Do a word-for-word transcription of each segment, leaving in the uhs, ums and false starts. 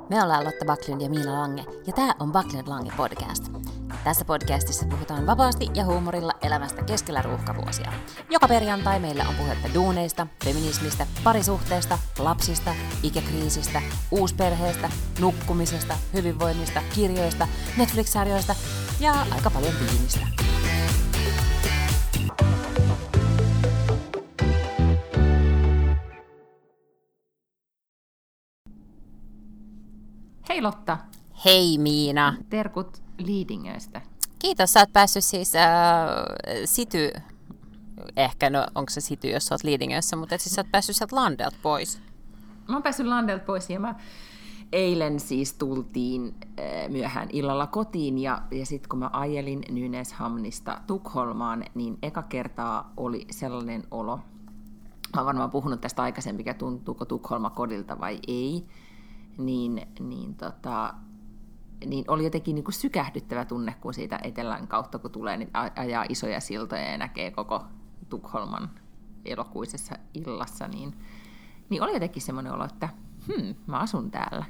Me ollaan Lotta Backlund ja Miina Lange, ja tää on Backlund Lange podcast. Tässä podcastissa puhutaan vapaasti ja huumorilla elämästä keskellä ruuhkavuosia. Joka perjantai meillä on puhetta duuneista, feminismistä, parisuhteesta, lapsista, ikäkriisistä, uusperheestä, nukkumisesta, hyvinvoinnista, kirjoista, Netflix-sarjoista ja aika paljon viinistä. Hei Lotta. Hei Miina. Terkut Liidingöstä. Kiitos, sä oot päässyt siis äh, Sity, ehkä, no onko se Sity, jos sä oot Liidingössä, mutta et siis sä oot päässyt sieltä Landelta pois. Mä oon päässyt Landelta pois ja mä eilen siis tultiin äh, myöhään illalla kotiin ja, ja sitten kun mä ajelin Nynäshamnista Tukholmaan, niin eka kertaa oli sellainen olo. Mä oon varmaan puhunut tästä aikaisemmin, mikä tuntuuko Tukholma kodilta vai ei. Niin, niin, tota, niin oli jotenkin niin kuin sykähdyttävä tunne, kun siitä etelän kautta, kun tulee, niin ajaa isoja siltoja ja näkee koko Tukholman elokuisessa illassa, niin, niin oli jotenkin semmoinen olo, että hmm, mä asun täällä.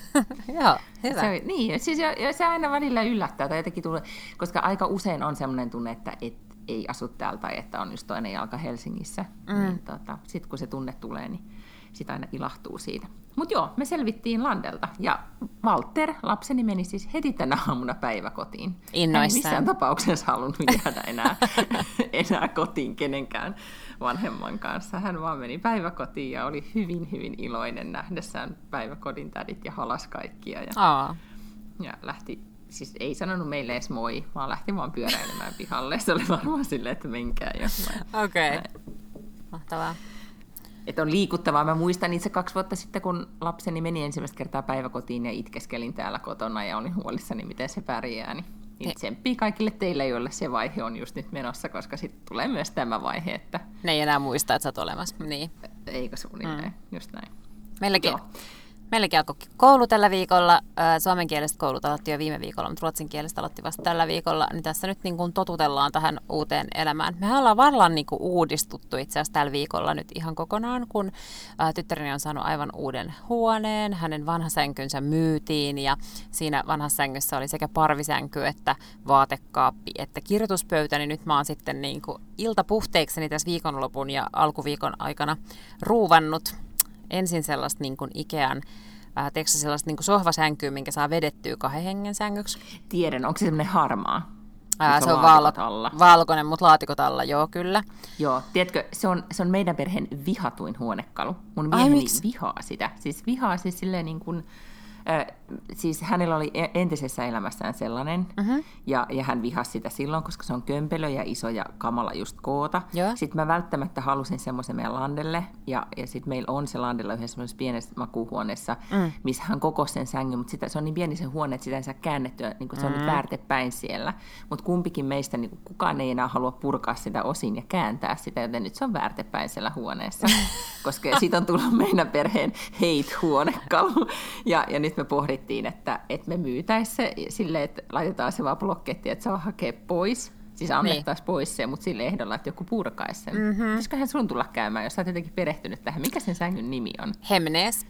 Joo, hyvä. Se, niin, siis ja, ja se aina välillä yllättää, tai jotenkin tulee, koska aika usein on semmoinen tunne, että et ei asu täällä tai että on just toinen jalka Helsingissä. Mm. Niin, tota, sitten kun se tunne tulee, niin sitä aina ilahtuu siitä. Mutta joo, me selvittiin Landelta ja Walter, lapseni, meni siis heti tänä aamuna päiväkotiin. Innoissaan. Hän ei missään tapauksessa halunnut jäädä enää, enää kotiin kenenkään vanhemman kanssa. Hän vaan meni päiväkotiin ja oli hyvin, hyvin iloinen nähdessään päiväkodin tädit ja halas kaikkia. Ja, Aa. ja lähti, siis ei sanonut meille edes moi, vaan lähti vaan pyöräilemään pihalle. Se oli varmaan silleen, että menkää jo. Okei, okay. Mahtavaa. Että on liikuttavaa. Mä muistan itse kaksi vuotta sitten, kun lapseni meni ensimmäistä kertaa päiväkotiin ja itkeskelin täällä kotona ja olin huolissani, miten se pärjää. Niin, niin tsemppii kaikille teille, joille se vaihe on just nyt menossa, koska sitten tulee myös tämä vaihe, että ne ei enää muista, että sä oot olemassa. Niin. Eikö suunnilleen, mm. just näin. Meilläkin, meilläkin alkoi koulu tällä viikolla. Suomen kielestä koulut aloitti jo viime viikolla, mutta ruotsin kielestä aloitti vasta tällä viikolla. Niin tässä nyt niin kuin totutellaan tähän uuteen elämään. Mehän ollaan vallan niin kuin uudistuttu itse asiassa tällä viikolla nyt ihan kokonaan, kun tyttäreni on saanut aivan uuden huoneen. Hänen vanha sänkynsä myytiin ja siinä vanhassa sängyssä oli sekä parvisänky että vaatekaappi että kirjoituspöytä. Niin nyt mä oon sitten niin kuin iltapuhteikseni tässä viikonlopun ja alkuviikon aikana ruuvannut ensin sellaista niin kuin Ikean, äh, teekö sellaista niin kuin sohvasänkyä, minkä saa vedettyä kahden hengen sängyksi. Tiedän, onko se semmoinen harmaa? Ää, se on val- valkoinen, mutta laatikot alla, joo kyllä. Joo, tiedätkö, se on, se on meidän perheen vihatuin huonekalu. Mun mieheni vihaa sitä. Siis vihaa siis silleen niin kuin, äh, siis hänellä oli entisessä elämässään sellainen, uh-huh. ja, ja hän vihasi sitä silloin, koska se on kömpelö ja iso ja kamala just koota. Joo. Sitten mä välttämättä halusin semmoisen meidän Landelle, ja, ja sitten meillä on se Landella yhdessä semmoisessa pienessä makuuhuoneessa, mm. missä hän kokosi sen sängyn, mutta sitä, se on niin pieni se huone, että sitä ei saa käännettyä, niin se on mm. nyt väärtepäin siellä. Mutta kumpikin meistä, niin kukaan ei enää halua purkaa sitä osin ja kääntää sitä, joten nyt se on väärtepäin siellä huoneessa, koska siitä on tullut meidän perheen hate-huonekalu, ja, ja nyt me pohdittiin, että, että me myytäisiin se silleen, että laitetaan se vaan blokketti, että saa hakea pois. Siis annettaisiin niin. pois se, mutta sille ehdolla, että joku purkaisi sen. Mm-hmm. Pitäisiköhän sun tulla käymään, jos sä oot jotenkin perehtynyt tähän. Mikä sen sängyn nimi on? Hemnes.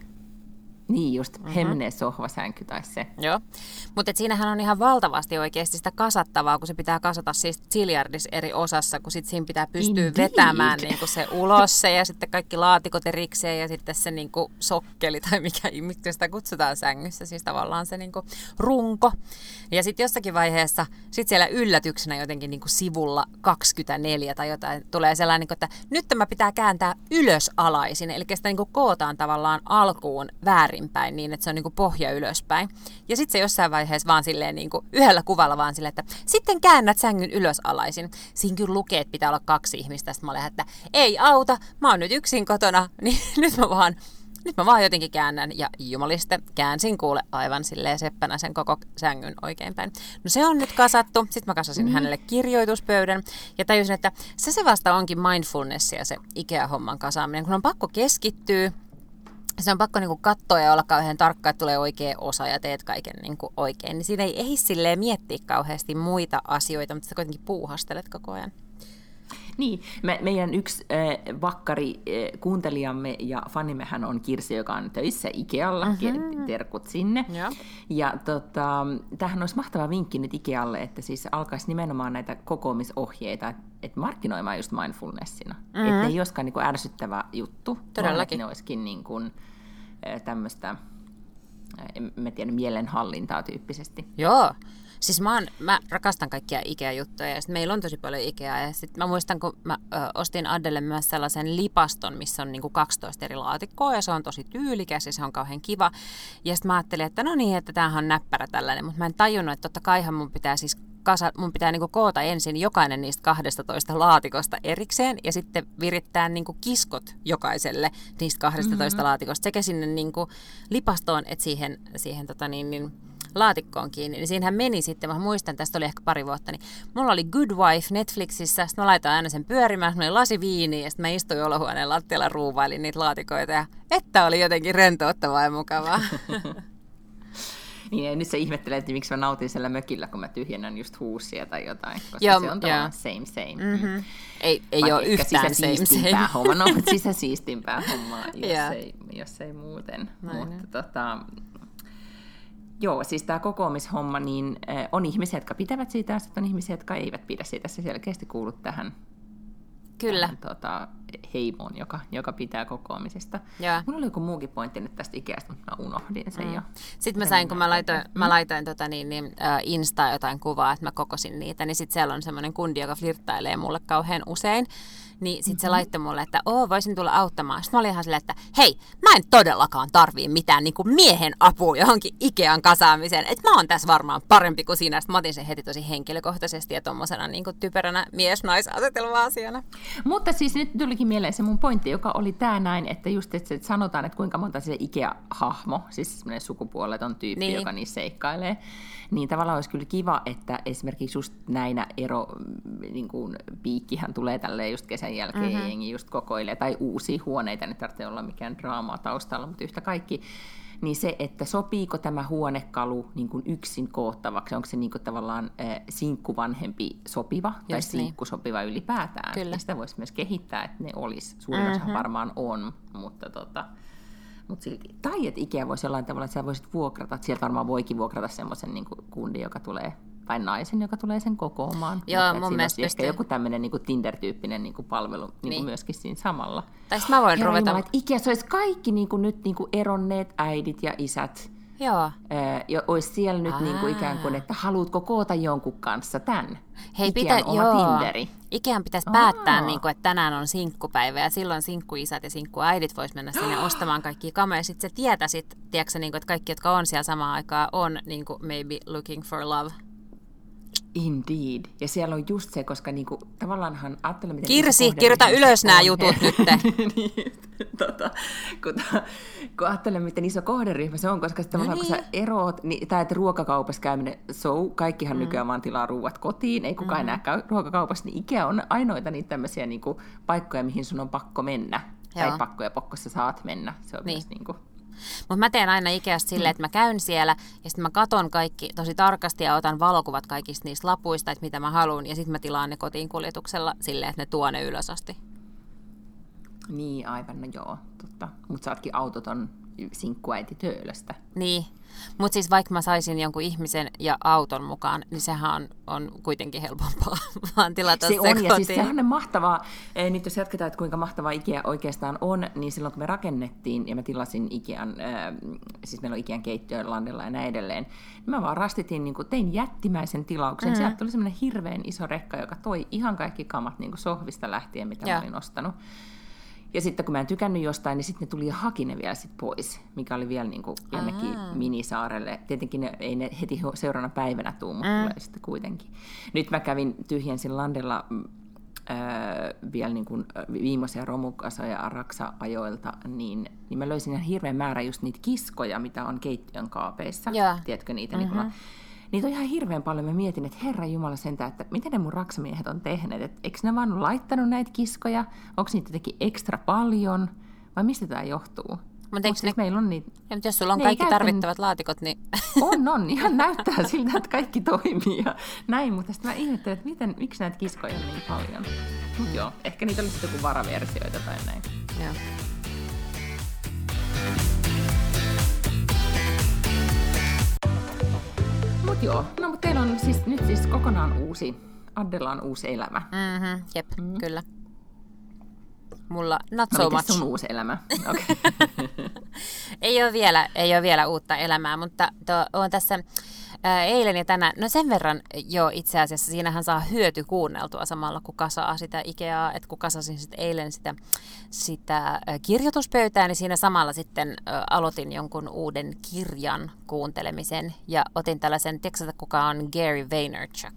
Niin just, mm-hmm. Hemnes sohvasänky tai se. Joo, mutta siinähän on ihan valtavasti oikeasti sitä kasattavaa, kun se pitää kasata siis ziljardissa eri osassa, kun sit siinä pitää pystyä Indeed. vetämään niin kuin se ulos se ja sitten kaikki laatikot erikseen ja sitten se niin kuin sokkeli tai mikä, mikä sitä kutsutaan sängyssä, siis tavallaan se niin kuin runko. Ja sitten jossakin vaiheessa, sitten siellä yllätyksenä jotenkin niin kuin sivulla kaksikymmentäneljä tai jotain, tulee sellainen, että nyt tämä pitää kääntää ylösalaisin, eli sitä niin kuin kootaan tavallaan alkuun väärin päin, niin että se on niin kuin pohja ylöspäin. Ja sitten se jossain vaiheessa vaan silleen niin kuin yhdellä kuvalla vaan silleen, että sitten käännät sängyn ylösalaisin. Siinä kyllä lukee, että pitää olla kaksi ihmistä. Sitten mä olen, että ei auta, mä oon nyt yksin kotona, niin nyt mä vaan, nyt mä vaan jotenkin käännän. Ja jumaliste, käänsin kuule aivan silleen seppänä sen koko sängyn oikeinpäin. No se on nyt kasattu. Sitten mä kasasin mm. hänelle kirjoituspöydän ja tajusin, että se se vasta onkin mindfulnessia se Ikea-homman kasaaminen, kun on pakko keskittyä. Se on pakko niinku katsoa ja olla kauhean tarkka, että tulee oikea osa ja teet kaiken niinku oikein. Niin siinä ei ehdi silleen miettiä kauheasti muita asioita, mutta sä kuitenkin puuhastelet koko ajan. Niin, me, meidän yksi äh, vakkari äh, kuuntelijamme ja fanimmehän on Kirsi, joka on töissä Ikealla, mm-hmm. terkut sinne. Ja, ja tota, tämähän olisi mahtava vinkki nyt Ikealle, että siis alkaisi nimenomaan näitä kokoamisohjeita, että et markkinoimaan just mindfulnessina. Mm-hmm. Että ne ei olisikaan niin kuin ärsyttävä juttu, vaan että ne olisikin niin kuin, äh, tämmöistä, en mä tiedä, mielenhallintaa tyyppisesti. Joo. Siis mä, oon, mä rakastan kaikkia Ikea-juttuja ja sit meillä on tosi paljon Ikeaa. Ja sit mä muistan, kun mä ö, ostin Adelle myös sellaisen lipaston, missä on niinku kaksitoista eri laatikkoa ja se on tosi tyylikäs ja se on kauhean kiva. Ja sitten mä ajattelin, että no niin, että tämähän on näppärä tällainen, mutta mä en tajunnut, että totta kaihan mun pitää siis kasa, mun pitää niinku koota ensin jokainen niistä kahdestatoista laatikosta erikseen ja sitten virittää niinku kiskot jokaiselle niistä kahdestatoista mm-hmm. laatikosta sekä sinne niinku lipastoon että siihen, siihen tota niin, niin, laatikkoon kiinni, niin siinähän meni sitten, mä muistan, tästä oli ehkä pari vuotta, niin mulla oli Good Wife Netflixissä, sitten mä laitoin aina sen pyörimään, mulla oli lasi viiniä, ja sitten mä istuin olohuoneen lattialla ruuvailin niitä laatikoita, ja että oli jotenkin rentouttavaa ja mukavaa. Niin, ja nyt sä ihmettelet, että miksi mä nautin siellä mökillä, kun mä tyhjennän just huusia tai jotain, koska Joo, se on tavallaan same same. Mm-hmm. Ei, ei ole yhtään same same. Homma, no, mutta sisäsiistimpää hommaa, jos, ei, jos ei muuten. Näin. Mutta tota... Joo, siis tämä kokoamishomma, niin äh, on ihmisiä, jotka pitävät siitä, ja sitten on ihmisiä, jotka eivät pidä siitä. Se selkeästi kuuluu tähän, Kyllä. tähän tota, heimoon, joka, joka pitää kokoamisesta. Joo. Mulla oli joku muukin pointti nyt tästä Ikeasta, mutta mä unohdin sen mm. jo. Sitten mä sain, kun mä laitoin, mm. mä laitoin tota, niin, niin, äh, Instaan jotain kuvaa, että mä kokosin niitä, niin sitten siellä on semmoinen kundi, joka flirttailee mulle kauhean usein. Niin sitten mm-hmm. se laittoi mulle, että oo, voisin tulla auttamaan. Sitten mä olin ihan silleen, että hei, mä en todellakaan tarvii mitään niin kuin miehen apua johonkin Ikean kasaamiseen. Että mä oon tässä varmaan parempi kuin sinä. Sitten mä otin sen heti tosi henkilökohtaisesti ja tommosena niin kuin typeränä mies-nais-asetelma-asiana. Mutta siis nyt tulikin mieleen se mun pointti, joka oli tää näin, että just että sanotaan, että kuinka monta se Ikea-hahmo, siis semmoinen sukupuoleton tyyppi, niin. joka niissä seikkailee. Niin tavallaan olisi kyllä kiva, että esimerkiksi just näinä ero, niin kuin piikkihän tulee tälleen just kesän jälkeen mm-hmm. jengi just kokoilee, tai uusia huoneita, ne tarvitsee olla mikään draamaa taustalla, mutta yhtä kaikki, niin se, että sopiiko tämä huonekalu niin kuin yksin koottavaksi, onko se niin kuin tavallaan äh, sinkkuvanhempi sopiva, just tai sinkku niin. sopiva ylipäätään. Kyllä. Ja sitä voisi myös kehittää, että ne olisi, suurin osa mm-hmm. varmaan on, mutta tota... Mut silti. Tai että Ikea voisi jollain tavalla, että sä voisit vuokrata, että sieltä varmaan voikin vuokrata semmoisen niin kundin, joka tulee, tai naisen, joka tulee sen kokoamaan. Joo, mutta mun mielestä ehkä joku tämmöinen niin Tinder-tyyppinen niin palvelu niin niin. myöskin siinä samalla. Tai sitten mä voin Herra ruveta... Jumala, että Ikeassa olisi kaikki niin nyt niin eronneet äidit ja isät. Joo. Ja olisi siellä nyt niin kuin ikään kuin, että haluatko koota jonkun kanssa tämän? Hei, Ikean pitä, oma joo. Tinderi. Ikean pitäisi päättää, niin kuin, että tänään on sinkkupäivä ja silloin sinkkuisät ja sinkkuäidit vois mennä sinne ostamaan kaikkia kameja. Sitten sä tietäisit, tiedätkö, niin kuin, että kaikki, jotka on siellä samaan aikaan, on niin kuin, maybe looking for love. Indeed. Ja siellä on just se, koska niinku, tavallaanhan ajattelen, miten... Kirsi, kirjoita ylös nämä jutut nyt. niin, tota, kun, kun ajattelen, miten iso kohderyhmä se on, koska tavallaan no niin. kun sä eroot, niin, tai että ruokakaupassa käyminen, so, kaikkihan mm. nykyään vaan tilaa ruuat kotiin, ei kukaan mm. enää käy ruokakaupassa, niin Ikea on ainoita niitä tämmöisiä niinku, paikkoja, mihin sun on pakko mennä. Joo. Tai pakko ja pakko sä saat mennä. Se on niin. myös niinku... Mutta mä teen aina Ikeasta silleen, että mä käyn siellä ja sitten mä katon kaikki tosi tarkasti ja otan valokuvat kaikista niistä lapuista, että mitä mä haluan, ja sitten mä tilaan ne kotiin kuljetuksella silleen, että ne tuo ne ylös asti. Niin, aivan, no joo, totta. Mutta sä ootkin autoton sinkkuäiti Töölöstä. Niin, mutta siis vaikka mä saisin jonkun ihmisen ja auton mukaan, niin sehän on, on kuitenkin helpompaa vaan tilata se, se on, kotiin. Ja siis sehän on mahtavaa. Nyt jos jatketaan, että kuinka mahtavaa Ikea oikeastaan on, niin silloin kun me rakennettiin ja mä tilasin Ikean, äh, siis meillä on Ikean keittiö Landella ja näin edelleen, niin mä vaan rastitin, niin kuin tein jättimäisen tilauksen. Mm. Sieltä tuli semmoinen hirveän iso rekka, joka toi ihan kaikki kamat niin kuin sohvista lähtien, mitä ja. mä olin ostanut. Ja sitten kun mä en tykännyt jostain, niin sitten ne tuli ja haki ne vielä sit pois, mikä oli vielä niin kuin jonnekin Aa. minisaarelle. Tietenkin ne, ei ne heti seuraavana päivänä tuu, mutta mm. tulee sitten kuitenkin. Nyt mä kävin tyhjensin Landella äh, vielä niin kuin viimeisiä romukasoja Araksa-ajoilta, niin, niin mä löysin ihan hirveän määrä just niitä kiskoja, mitä on keittiön kaapeissa. Yeah. Tiedätkö niitä? Mm-hmm. Niin niitä on ihan hirveän paljon. Mä mietin, että Herra Jumala sentään, että mitä ne mun raksamiehet on tehneet. Et eikö ne vaan laittanut näitä kiskoja? Onko niitä jotenkin ekstra paljon? Vai mistä tämä johtuu? Mutta Mut siis meillä on niitä... Ja, jos sulla on kaikki tarvittavat laatikot, niin... On, on. Ihan näyttää siltä, että kaikki toimii ja näin. Mutta sitten mä ihmettelen, että miten, miksi näitä kiskoja on niin paljon. Mut joo, ehkä niitä olisi joku varaversioita tai näin. Joo. Mut joo, no mutta teillä on siis, nyt siis kokonaan uusi, Addella on uusi elämä. Mm-hmm, jep, mm. kyllä. Mulla not no, so much. Sun uusi elämä? Okay. ei, ole vielä, ei ole vielä uutta elämää, mutta olen tässä ää, eilen ja tänään, no sen verran jo itse asiassa, siinähän saa hyöty kuunneltua samalla, kun kasaa sitä Ikeaa, että kun kasasin sitten eilen sitä, sitä kirjoituspöytää, niin siinä samalla sitten ä, aloitin jonkun uuden kirjan kuuntelemisen ja otin tällaisen, tiedätkö kuka on Gary Vaynerchuk?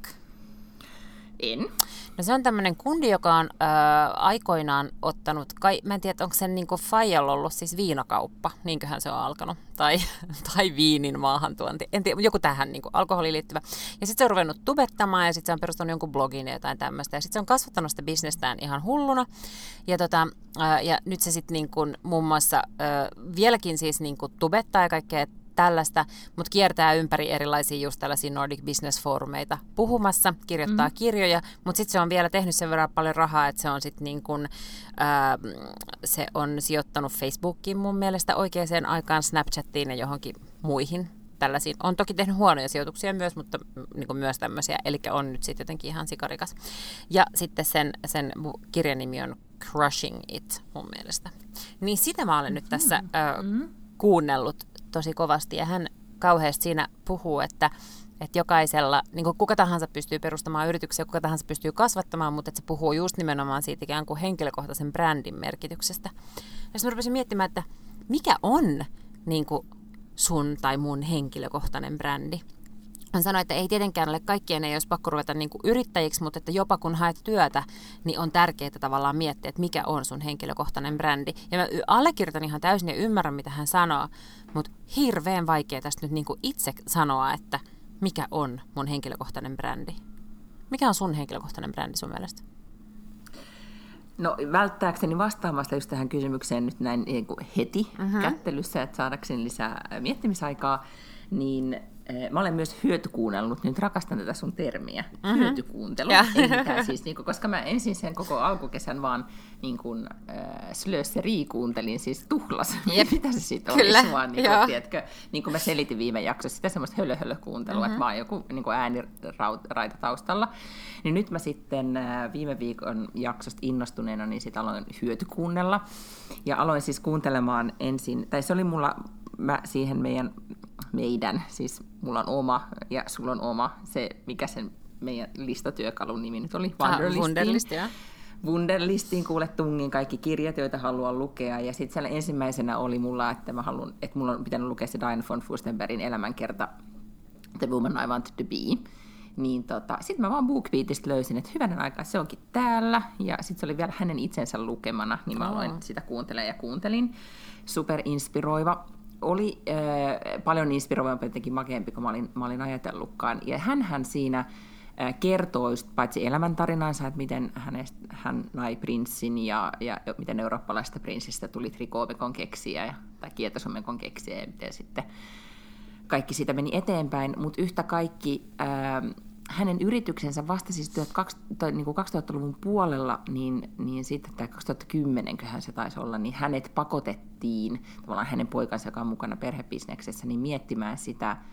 En. No se on tämmöinen kundi, joka on ö, aikoinaan ottanut, kai, mä en tiedä, onko sen niin faijalla ollut siis viinakauppa, niinköhän se on alkanut, tai, tai viinin maahantuonti, en tiedä, joku tähän niin alkoholiin liittyvä. Ja sitten se on ruvennut tubettamaan ja sitten se on perustanut jonkun blogin ja jotain tämmöistä. Ja sitten se on kasvattanut sitä bisnestään ihan hulluna. Ja, tota, ö, ja nyt se sitten niin muun muassa ö, vieläkin siis niin tubettaa ja kaikkea tällaista, mutta kiertää ympäri erilaisia just tällaisia Nordic Business-foorumeita puhumassa, kirjoittaa mm. kirjoja, mutta sitten se on vielä tehnyt sen verran paljon rahaa, että se on sitten niin kuin, ää, se on sijoittanut Facebookiin mun mielestä oikeaan aikaan, Snapchattiin ja johonkin muihin tällaisiin. On toki tehnyt huonoja sijoituksia myös, mutta niin kuin myös tämmöisiä, eli on nyt sitten jotenkin ihan sikarikas. Ja sitten sen, sen kirjan nimi on Crushing It mun mielestä. Niin sitä mä olen nyt tässä ää, mm. kuunnellut tosi kovasti, ja hän kauheasti siinä puhuu, että, että jokaisella, niin kuin kuka tahansa pystyy perustamaan yrityksiä, kuka tahansa pystyy kasvattamaan, mutta että se puhuu just nimenomaan siitä ikään kuin henkilökohtaisen brändin merkityksestä. Ja sitten mä rupesin miettimään, että mikä on niin kuin sun tai mun henkilökohtainen brändi. Hän sanoi, että ei tietenkään ole kaikkien, ei olisi pakko ruveta niin kuin yrittäjiksi, mutta että jopa kun haet työtä, niin on tärkeää tavallaan miettiä, että mikä on sun henkilökohtainen brändi. Ja mä allekirjoitan ihan täysin ja ymmärrän, mitä hän sanoo, mutta hirveän vaikea tästä nyt niin kuin itse sanoa, että mikä on mun henkilökohtainen brändi. Mikä on sun henkilökohtainen brändi sun mielestä? No välttääkseni vastaamasta just tähän kysymykseen nyt näin niin kuin heti mm-hmm. kättelyssä, että saadakseni lisää miettimisaikaa, niin mä olen myös hyötykuunnellut, nyt rakastan tätä sun termiä, mm-hmm. hyötykuuntelu, siis, niin kuin, koska mä ensin sen koko alkukesän vaan niin kuin, äh, slösseri kuuntelin, siis tuhlas, yep. mitä se sitten olisi, vaan niin kuin, tiedätkö, niin kuin mä selitin viime jaksossa, sitä semmoista hölö-hölö-kuuntelua, mm-hmm. että vaan joku niin kuin ääniraita taustalla, niin nyt mä sitten äh, viime viikon jaksosta innostuneena, niin sitten aloin hyötykuunnella, ja aloin siis kuuntelemaan ensin, tai se oli mulla, mä siihen meidän, meidän, siis mulla on oma ja sulla on oma, se mikä sen meidän listatyökalun nimi nyt oli, Wunderlistiin. Ah, Wunderlist, joo. Wunderlistiin kuule tungin kaikki kirjat, joita haluan lukea, ja sitten siellä ensimmäisenä oli mulla, että mä haluan, että mulla on pitänyt lukea se Diana von Furstenbergin elämänkerta The Woman I Want to Be. Niin tota, sitten mä vaan BookBeatista löysin, että hyvänen aikaa se onkin täällä, ja sitten se oli vielä hänen itsensä lukemana, niin mä aloin oh. sitä kuuntelemaan ja kuuntelin. Super inspiroiva. Oli äh, paljon inspiroivampi, jotenkin makeampi kuin mä olin, mä olin ajatellutkaan. Ja hänhän siinä äh, kertoo just paitsi elämäntarinansa, että miten hänestä, hän nai prinssin ja, ja miten eurooppalaisesta prinssistä tuli trikoomekon keksijä ja, tai kietosomekon keksijä ja miten sitten kaikki siitä meni eteenpäin. Mutta yhtä kaikki äh, hänen yrityksensä vasta siis kaksituhattaluvun puolella, niin, niin sitten, tai kaksituhattakymmenen se taisi olla, niin hänet pakotettiin, tavallaan hänen poikansa, joka on mukana perhebisneksessä, niin miettimään sitä äh,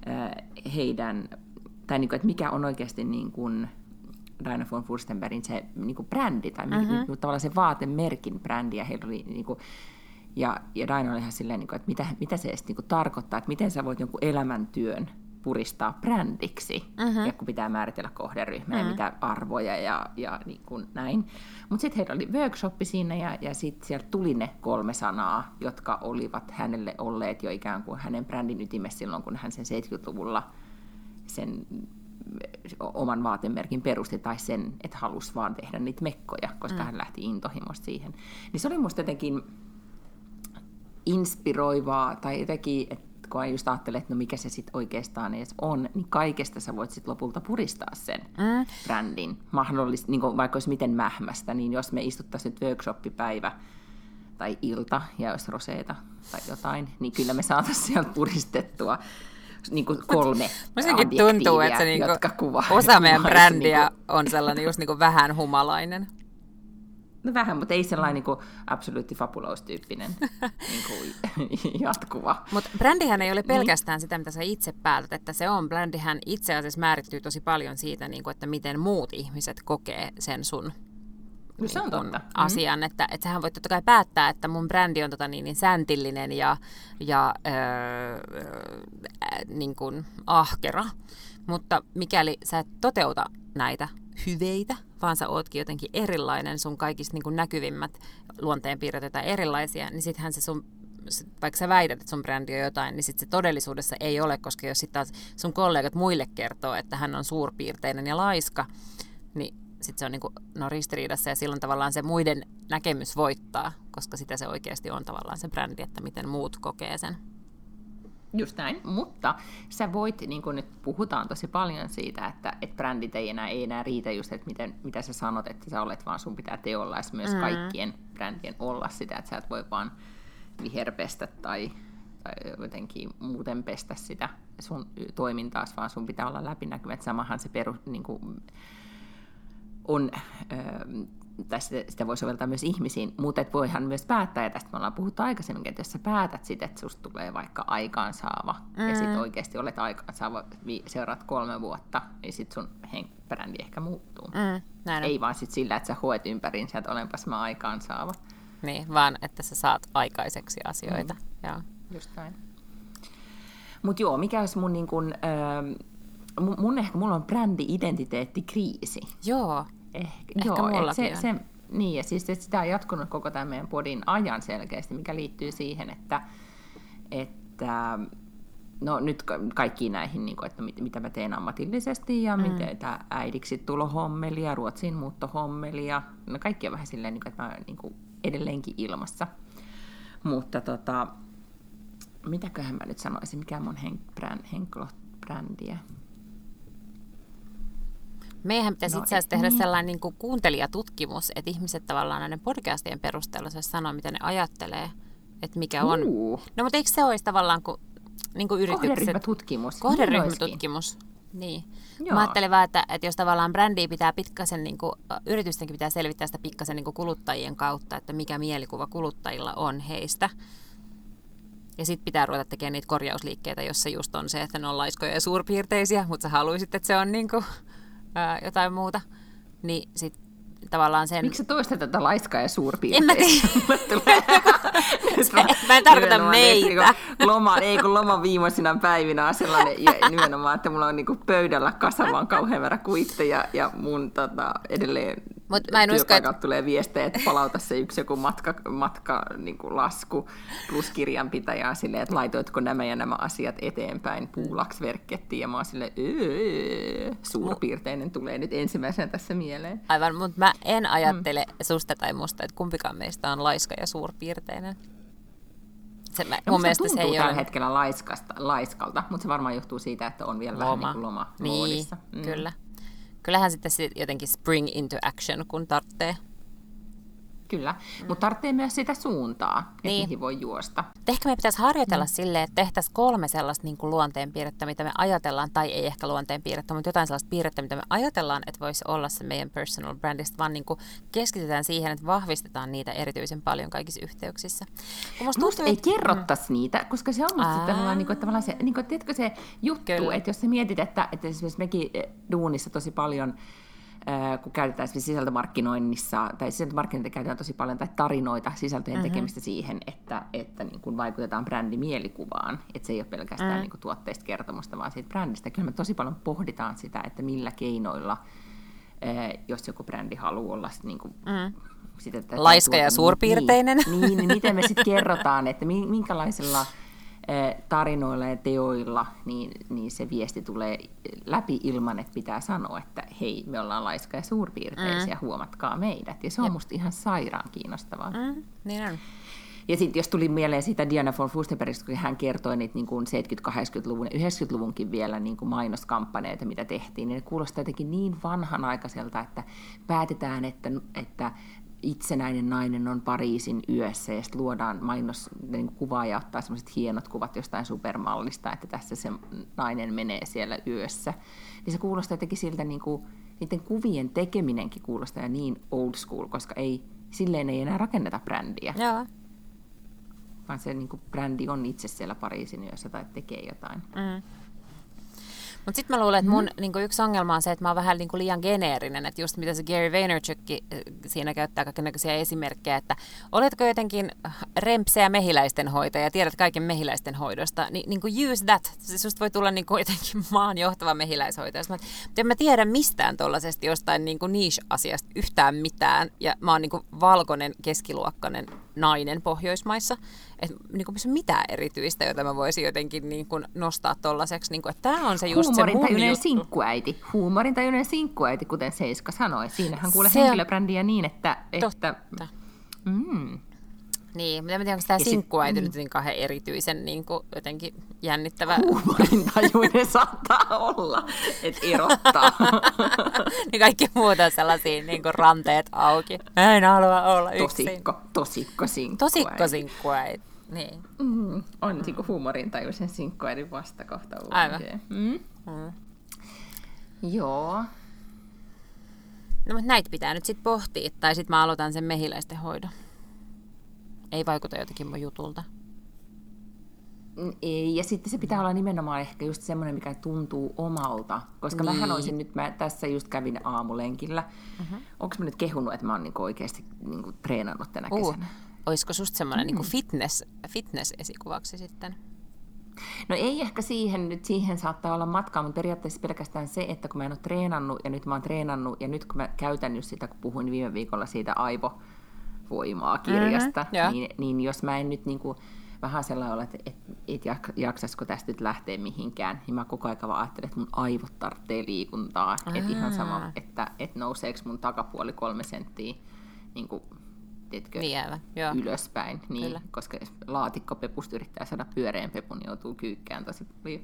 heidän, tai niin kuin, että mikä on oikeasti niin kuin Diana von Furstenbergin se niin kuin brändi, tai mm-hmm. niin kuin, tavallaan se vaatemerkin brändi, ja heillä oli niin kuin, ja, ja Diana oli ihan silleen, niin kuin, että mitä, mitä se edes niin kuin tarkoittaa, että miten sä voit jonkun elämäntyön puristaa brändiksi, mm-hmm. ja kun pitää määritellä kohderyhmää mm-hmm. ja mitä arvoja ja, ja niin kuin näin. Mutta sitten heillä oli workshoppi siinä, ja, ja sitten sieltä tuli ne kolme sanaa, jotka olivat hänelle olleet jo ikään kuin hänen brändin ytimessä silloin, kun hän sen seitsemänkymmentäluvulla sen oman vaatemerkin perusti, tai sen, että halusi vaan tehdä niitä mekkoja, koska mm. hän lähti intohimosta siihen. Niin se oli musta jotenkin inspiroivaa, tai jotenkin, että kun just ajattelee, että no mikä se sitten oikeastaan edes on, niin kaikesta sä voit sitten lopulta puristaa sen mm. brändin. Mahdollisesti, niin vaikka olisi miten mähmästä, niin jos me istuttaisiin nyt workshoppipäivä tai ilta, ja jos roseeta tai jotain, niin kyllä me saataisiin sieltä puristettua niin kuin kolme adjektiiviä, tuntuu, että se niinku jotka kuvaa. Osa meidän brändiä niinku on sellainen just niinku vähän humalainen. No vähän, mutta ei sellainen niin absoluutti fabulous-tyyppinen niin kuin jatkuva. Mutta brändihän ei ole pelkästään niin. sitä, mitä sä itse päätät, että se on. Brändihän itse asiassa määrittyy tosi paljon siitä, niin kuin, että miten muut ihmiset kokee sen sun no, se on niin totta. asian. Mm-hmm. Että, että sähän voit totta kai päättää, että mun brändi on tota niin, niin säntillinen ja, ja öö, niin kuin ahkera. Mutta mikäli sä et toteuta näitä hyveitä, vaan sä ootkin jotenkin erilainen, sun kaikista niin kuin näkyvimmät luonteenpiirteet on erilaisia, niin sittenhän se sun, vaikka sä väität, että sun brändi on jotain, niin sit se todellisuudessa ei ole, koska jos sit taas sun kollegat muille kertoo, että hän on suurpiirteinen ja laiska, niin sit se on niin kuin, no, ristiriidassa ja silloin tavallaan se muiden näkemys voittaa, koska sitä se oikeasti on tavallaan se brändi, että miten muut kokee sen. Just näin, mutta sä voit, niin kuin nyt puhutaan tosi paljon siitä, että, että brändit ei enää, ei enää riitä just, että miten, mitä sä sanot, että sä olet, vaan sun pitää teolla myös mm. kaikkien brändien olla sitä, että sä et voi vaan viherpestä tai, tai jotenkin muuten pestä sitä sun toimintaa, vaan sun pitää olla läpinäkyvä, että samahan se peru, niin kuin, on... Öö, tai sitä, sitä voi soveltaa myös ihmisiin, mutta et voihan myös päättää, ja tästä me ollaan puhuttu aikaisemmin, että jos sä päätät sit, että susta tulee vaikka aikaansaava, mm. ja sit oikeasti olet aikaansaava seuraat kolme vuotta, niin sit sun hen- brändi ehkä muuttuu. Mm, ei vaan sit sillä, että sä hoet ympärinsä, että olenpas mä aikaansaava. Niin, vaan että sä saat aikaiseksi asioita. Mm. Joo. Just näin. Mut joo, mikä olisi mun niin kun, äh, mun ehkä, mulla on brändi-identiteettikriisi. Joo. Ehkä, Ehkä joo, mullakin se, se, niin, ja siis sitä on jatkunut koko tämän meidän podin ajan selkeästi, mikä liittyy siihen, että, että no nyt kaikkiin näihin, niin kuin, että mit, mitä mä teen ammatillisesti, ja mm. miten tämä äidiksi tulohommelia, Ruotsiin muuttohommelia, no kaikki on vähän silleen, että mä niin kuin edelleenkin ilmassa. Mutta tota, mitäköhän mä nyt sanoisin, mikä on mun henkilöbrändiä? Meidän pitäisi No, itse asiassa tehdä niin. sellainen niin kuin kuuntelijatutkimus, että ihmiset tavallaan näiden podcastien perusteella saisi sanoa, mitä ne ajattelee, että mikä on. Uh. No, mutta eikö se olisi tavallaan kuin, niin kuin yritykset? Kohderyhmätutkimus. Kohderyhmätutkimus, niin. Mä ajattelin vaan, että, että jos tavallaan brändiä pitää pikkasen, niin kuin, yritystenkin pitää selvittää sitä pikkasen niin kuin kuluttajien kautta, että mikä mielikuva kuluttajilla on heistä. Ja sitten pitää ruveta tekemään niitä korjausliikkeitä, jos se just on se, että ne on laiskoja ja suurpiirteisiä, mutta sä haluaisit, että se on niin kuin Ää, jotain muuta, niin sit tavallaan sen... Miksi sä toistat tätä laiskaa ja suurpiirteistä? En mä tiedä. Mä en tarkoita meitä. Loma, ei kun loman viimeisinä päivinä on sellainen, ja nimenomaan, että mulla on niinku pöydällä kasavaan kauhean verran kuitteja, ja mun tota, edelleen Mut mä en työpaikalta usko, että... tulee viestejä, että palauta se yksi joku matka, matka niinku lasku plus kirjanpitäjää silleen, että laitoitko nämä ja nämä asiat eteenpäin puulaksi verkkettiin, ja mä oon silleen, öö, suurpiirteinen tulee nyt ensimmäisenä tässä mieleen. Aivan, mutta mä en ajattele mm. susta tai musta, että kumpikaan meistä on laiska ja suurpiirteinen. Se, mä, no, mun mielestä se ei tällä ole... hetkellä laiskasta, laiskalta, mutta se varmaan johtuu siitä, että on vielä loma. Vähän niin kuin loma Niin, mm. kyllä. Kyllähän sitten jotenkin spring into action, kun tarvitsee. Kyllä, mm. mutta tarvitsee myös sitä suuntaa, että niin. mihin voi juosta. Ehkä me pitäisi harjoitella mm. silleen, että tehtäisiin kolme sellaista niin kuin luonteenpiirrettä, mitä me ajatellaan, tai ei ehkä luonteenpiirrettä, mutta jotain sellaista piirrettä, mitä me ajatellaan, että voisi olla se meidän personal brandista, vaan niin kuin keskitytään siihen, että vahvistetaan niitä erityisen paljon kaikissa yhteyksissä. Musta tuntuu, ei kerrottaisi mm. niitä, koska se on musta tavallaan, niin kuin, tavallaan se, niin kuin, tiedätkö se juttu, Kyllä. että jos sä mietit, että, että esimerkiksi mekin duunissa tosi paljon, kun käytetään sisältömarkkinoinnissa, tai sisältömarkkinointia käytetään tosi paljon, tai tarinoita, sisältöjen mm-hmm. tekemistä siihen, että, että niin kuin vaikutetaan brändimielikuvaan, että se ei ole pelkästään mm-hmm. niin kuin tuotteista kertomusta, vaan siitä brändistä. Kyllä me tosi paljon pohditaan sitä, että millä keinoilla, jos joku brändi haluaa olla niin kuin, mm-hmm. sitä, että laiska ja suurpiirteinen. Niin, niin, niin miten me sitten kerrotaan, että minkälaisilla tarinoilla ja teoilla, niin, niin se viesti tulee läpi ilman, että pitää sanoa, että hei, me ollaan laiska ja suurpiirteisiä, mm. huomatkaa meidät. Ja se on Jep. musta ihan sairaan kiinnostavaa. Mm, niin on. Ja sitten jos tuli mieleen sitä Diana von Furstenbergistä, kun hän kertoi niitä niin kuin seitsemänkymmentä-kahdeksankymmentäluvun ja yhdeksänkymmentäluvunkin vielä niin kuin mainoskampanjoita, mitä tehtiin, niin ne kuulostaa jotenkin niin vanhanaikaiselta, että päätetään, että, että itsenäinen nainen on Pariisin yössä, ja sitten luodaan mainoskuvaa ja ottaa sellaiset hienot kuvat jostain supermallista, että tässä se nainen menee siellä yössä. Niin se kuulostaa jotenkin siltä, niin kuin, niiden kuvien tekeminenkin kuulostaa niin old school, koska ei, silleen ei enää rakenneta brändiä. Joo. Vaan se niin kuin, brändi on itse siellä Pariisin yössä tai tekee jotain. Mm. Mutta sitten mä luulen, että mun mm. niinku yksi ongelma on se, että mä oon vähän niinku liian geneerinen, että just mitä se Gary Vaynerchuk siinä käyttää kaikenlaisia esimerkkejä, että oletko jotenkin rempseä mehiläisten hoitaja ja tiedät kaiken mehiläisten hoidosta, niin niinku use that. Se susta voi tulla niinku jotenkin maan johtava mehiläishoitaja. Mutta en mä tiedä mistään tuollaisesta jostain niinku niche-asiasta yhtään mitään, ja mä oon niinku valkoinen keskiluokkainen nainen Pohjoismaissa. Että niinku mitään erityistä, jota mä voisin jotenkin niinku nostaa tuollaiseksi, niinku, että tämä on se just huumorintajuinen sinkkuäiti. Huumorintajuinen sinkkuäiti, kuten Seiska sanoi. Siinähän kuulee se henkilöbrändiä niin, että... että mm. Niin, mutta en tiedä, onko tämä sinkkuäiti nyt niin kahden erityisen niin kuin, jotenkin jännittävä... Huumorintajuinen saattaa olla, että erottaa. Niin kaikki muut on sellaisia niin kuin ranteet auki. En halua olla yksin. Tosikko, tosikko sinkkuäiti. Tosikko sinkkuäiti. Niin. Mm, on mm. niin huumorintajuisen sinkkuäidin vastakohta. Aivan. Mm. Mm. Joo. No, mutta näitä pitää nyt sitten pohtia, tai sitten mä aloitan sen mehiläisten hoidon. Ei vaikuta jotenkin mun jutulta. Ei, ja sitten se pitää olla nimenomaan ehkä just semmoinen, mikä tuntuu omalta. Koska niin. mähän olisin nyt, mä tässä just kävin aamulenkillä. Uh-huh. Onko mä nyt kehunut, että mä oon niinku oikeasti niinku treenannut tänä uh. kesänä? Olisiko susta semmoinen mm. niinku fitness, fitness-esikuvaksi sitten? No ei ehkä siihen, nyt siihen saattaa olla matkaa, mutta periaatteessa pelkästään se, että kun mä en ole treenannut, ja nyt mä oon treenannut, ja nyt kun mä käytän just sitä, kun puhuin viime viikolla siitä aivovoimaa kirjasta, mm-hmm, niin, niin jos mä en nyt niinku vähän sellainen ole, että et, et jaksaisiko tästä nyt lähteä mihinkään, niin mä koko ajan vaan ajattelen, että mun aivot tarvitsee liikuntaa. Että ihan sama, että et nouseeko mun takapuoli kolme senttiä niin kuin, tiedätkö, niin jäävä, ylöspäin. Niin, koska laatikkopepusta yrittää saada pyöreän pepun, niin joutuu kyykkään tosi paljon.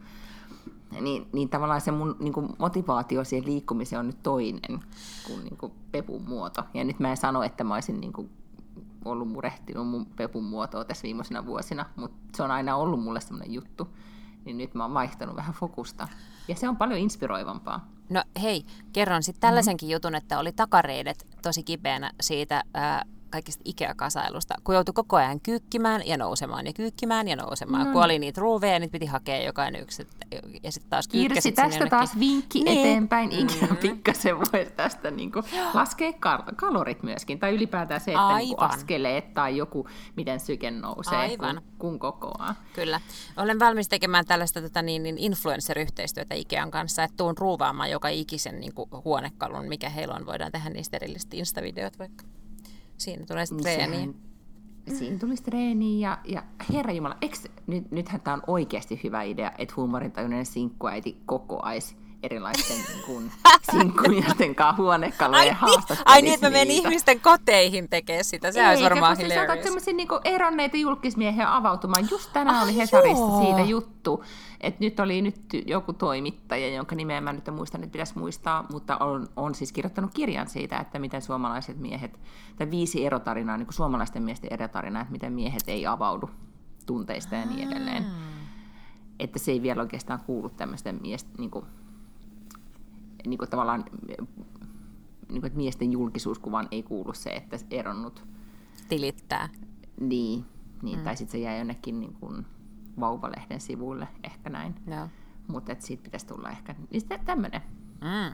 Niin, niin tavallaan se mun niin kuin motivaatio siihen liikkumiseen on nyt toinen kuin, niin kuin pepun muoto. Ja nyt mä en sano, että mä olisin niin kuin ollut murehtinut mun pepun muotoa tässä viimeisinä vuosina, mutta se on aina ollut mulle semmoinen juttu. Niin nyt mä oon vaihtanut vähän fokusta. Ja se on paljon inspiroivampaa. No hei, kerron sitten tällaisenkin mm-hmm. jutun, että oli takareidet tosi kipeänä siitä ää, kaikista Ikea-kasailusta, kun joutui koko ajan kyykkimään ja nousemaan ja kyykkimään ja nousemaan. No. Kun oli niitä ruuveja, niitä piti hakea jokainen yksi ja sitten taas kyykkäsit Kirsi, tästä taas vinkki niin. eteenpäin. Ikea mm-hmm. pikkasen voisi tästä niinku laskea kal- kalorit myöskin. Tai ylipäätään se, että niinku askeleet tai joku, miten syke nousee, kun, kun kokoaa. Kyllä. Olen valmis tekemään tällaista tota, niin, niin influencer-yhteistyötä Ikean kanssa, että tuun ruuvaamaan joka ikisen niin kuin, huonekalun, mikä heillä on. Voidaan tehdä niistä erilliset Insta-videot vaikka. Siinä tulee sitten treeniä. Siinä tulisi treeniä ja, ja herranjumala, nyt, nythän tämä on oikeasti hyvä idea, että huumorintajuinen sinkkuäiti kokoaisi erilaisten niin sinkkumiesten kanssa huonekaluja ja haastattelisi Ai niin, että mä menen ihmisten koteihin tekemään sitä, se olisi varmaan hilarious. Eikä, koska sä otat semmoisia niin eronneita julkismiehiä avautumaan. Just tänään ah, oli Hesarissa joo. siitä juttu, että nyt oli nyt joku toimittaja, jonka nimeä mä nyt en muista, että pitäisi muistaa, mutta on, on siis kirjoittanut kirjan siitä, että miten suomalaiset miehet, tai viisi erotarinaa, niin kuin suomalaisten miesten erotarinaa, että miten miehet ei avaudu tunteista ja niin edelleen. Ah. Että se ei vielä oikeastaan kuulu tämmöisten miesten... Niin kuin, niin kuin tavallaan, niin kuin, että miesten julkisuuskuvaan ei kuulu se, että eronnut tilittää. Niin, niin mm. tai sitten se jää jonnekin niin kuin vauvalehden sivuille, ehkä näin. No. Mutta siitä pitäisi tulla ehkä niin tämmöinen mm.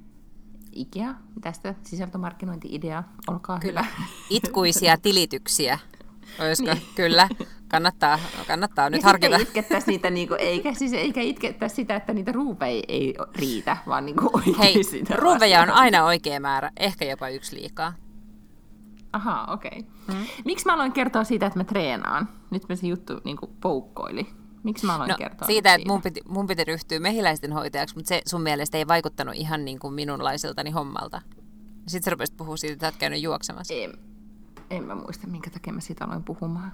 Ikea, tästä sisältömarkkinointi-idea, olkaa Kyllä. hyvä. Itkuisia tilityksiä. Olisiko? Niin. Kyllä. Kannattaa, kannattaa nyt ja harkita. Itkettäisi niitä, niinku, eikä, siis, eikä itkettäisi sitä, että niitä ruuveja ei riitä, vaan niinku oikein Hei, sitä. ruuveja on aina oikea määrä, ehkä jopa yksi liikaa. Ahaa, okei. Okay. Hmm. Miksi mä aloin kertoa siitä, että mä treenaan? Nyt mä se juttu niinku poukkoili. Miksi mä aloin no, kertoa siitä, että mun piti, mun piti ryhtyä mehiläisten hoitajaksi, mutta se sun mielestä ei vaikuttanut ihan niin kuin minunlaiseltani hommalta. Sitten sä rupesit puhua siitä, että oot käynyt juoksemassa. En, en mä muista, minkä takia mä siitä aloin puhumaan.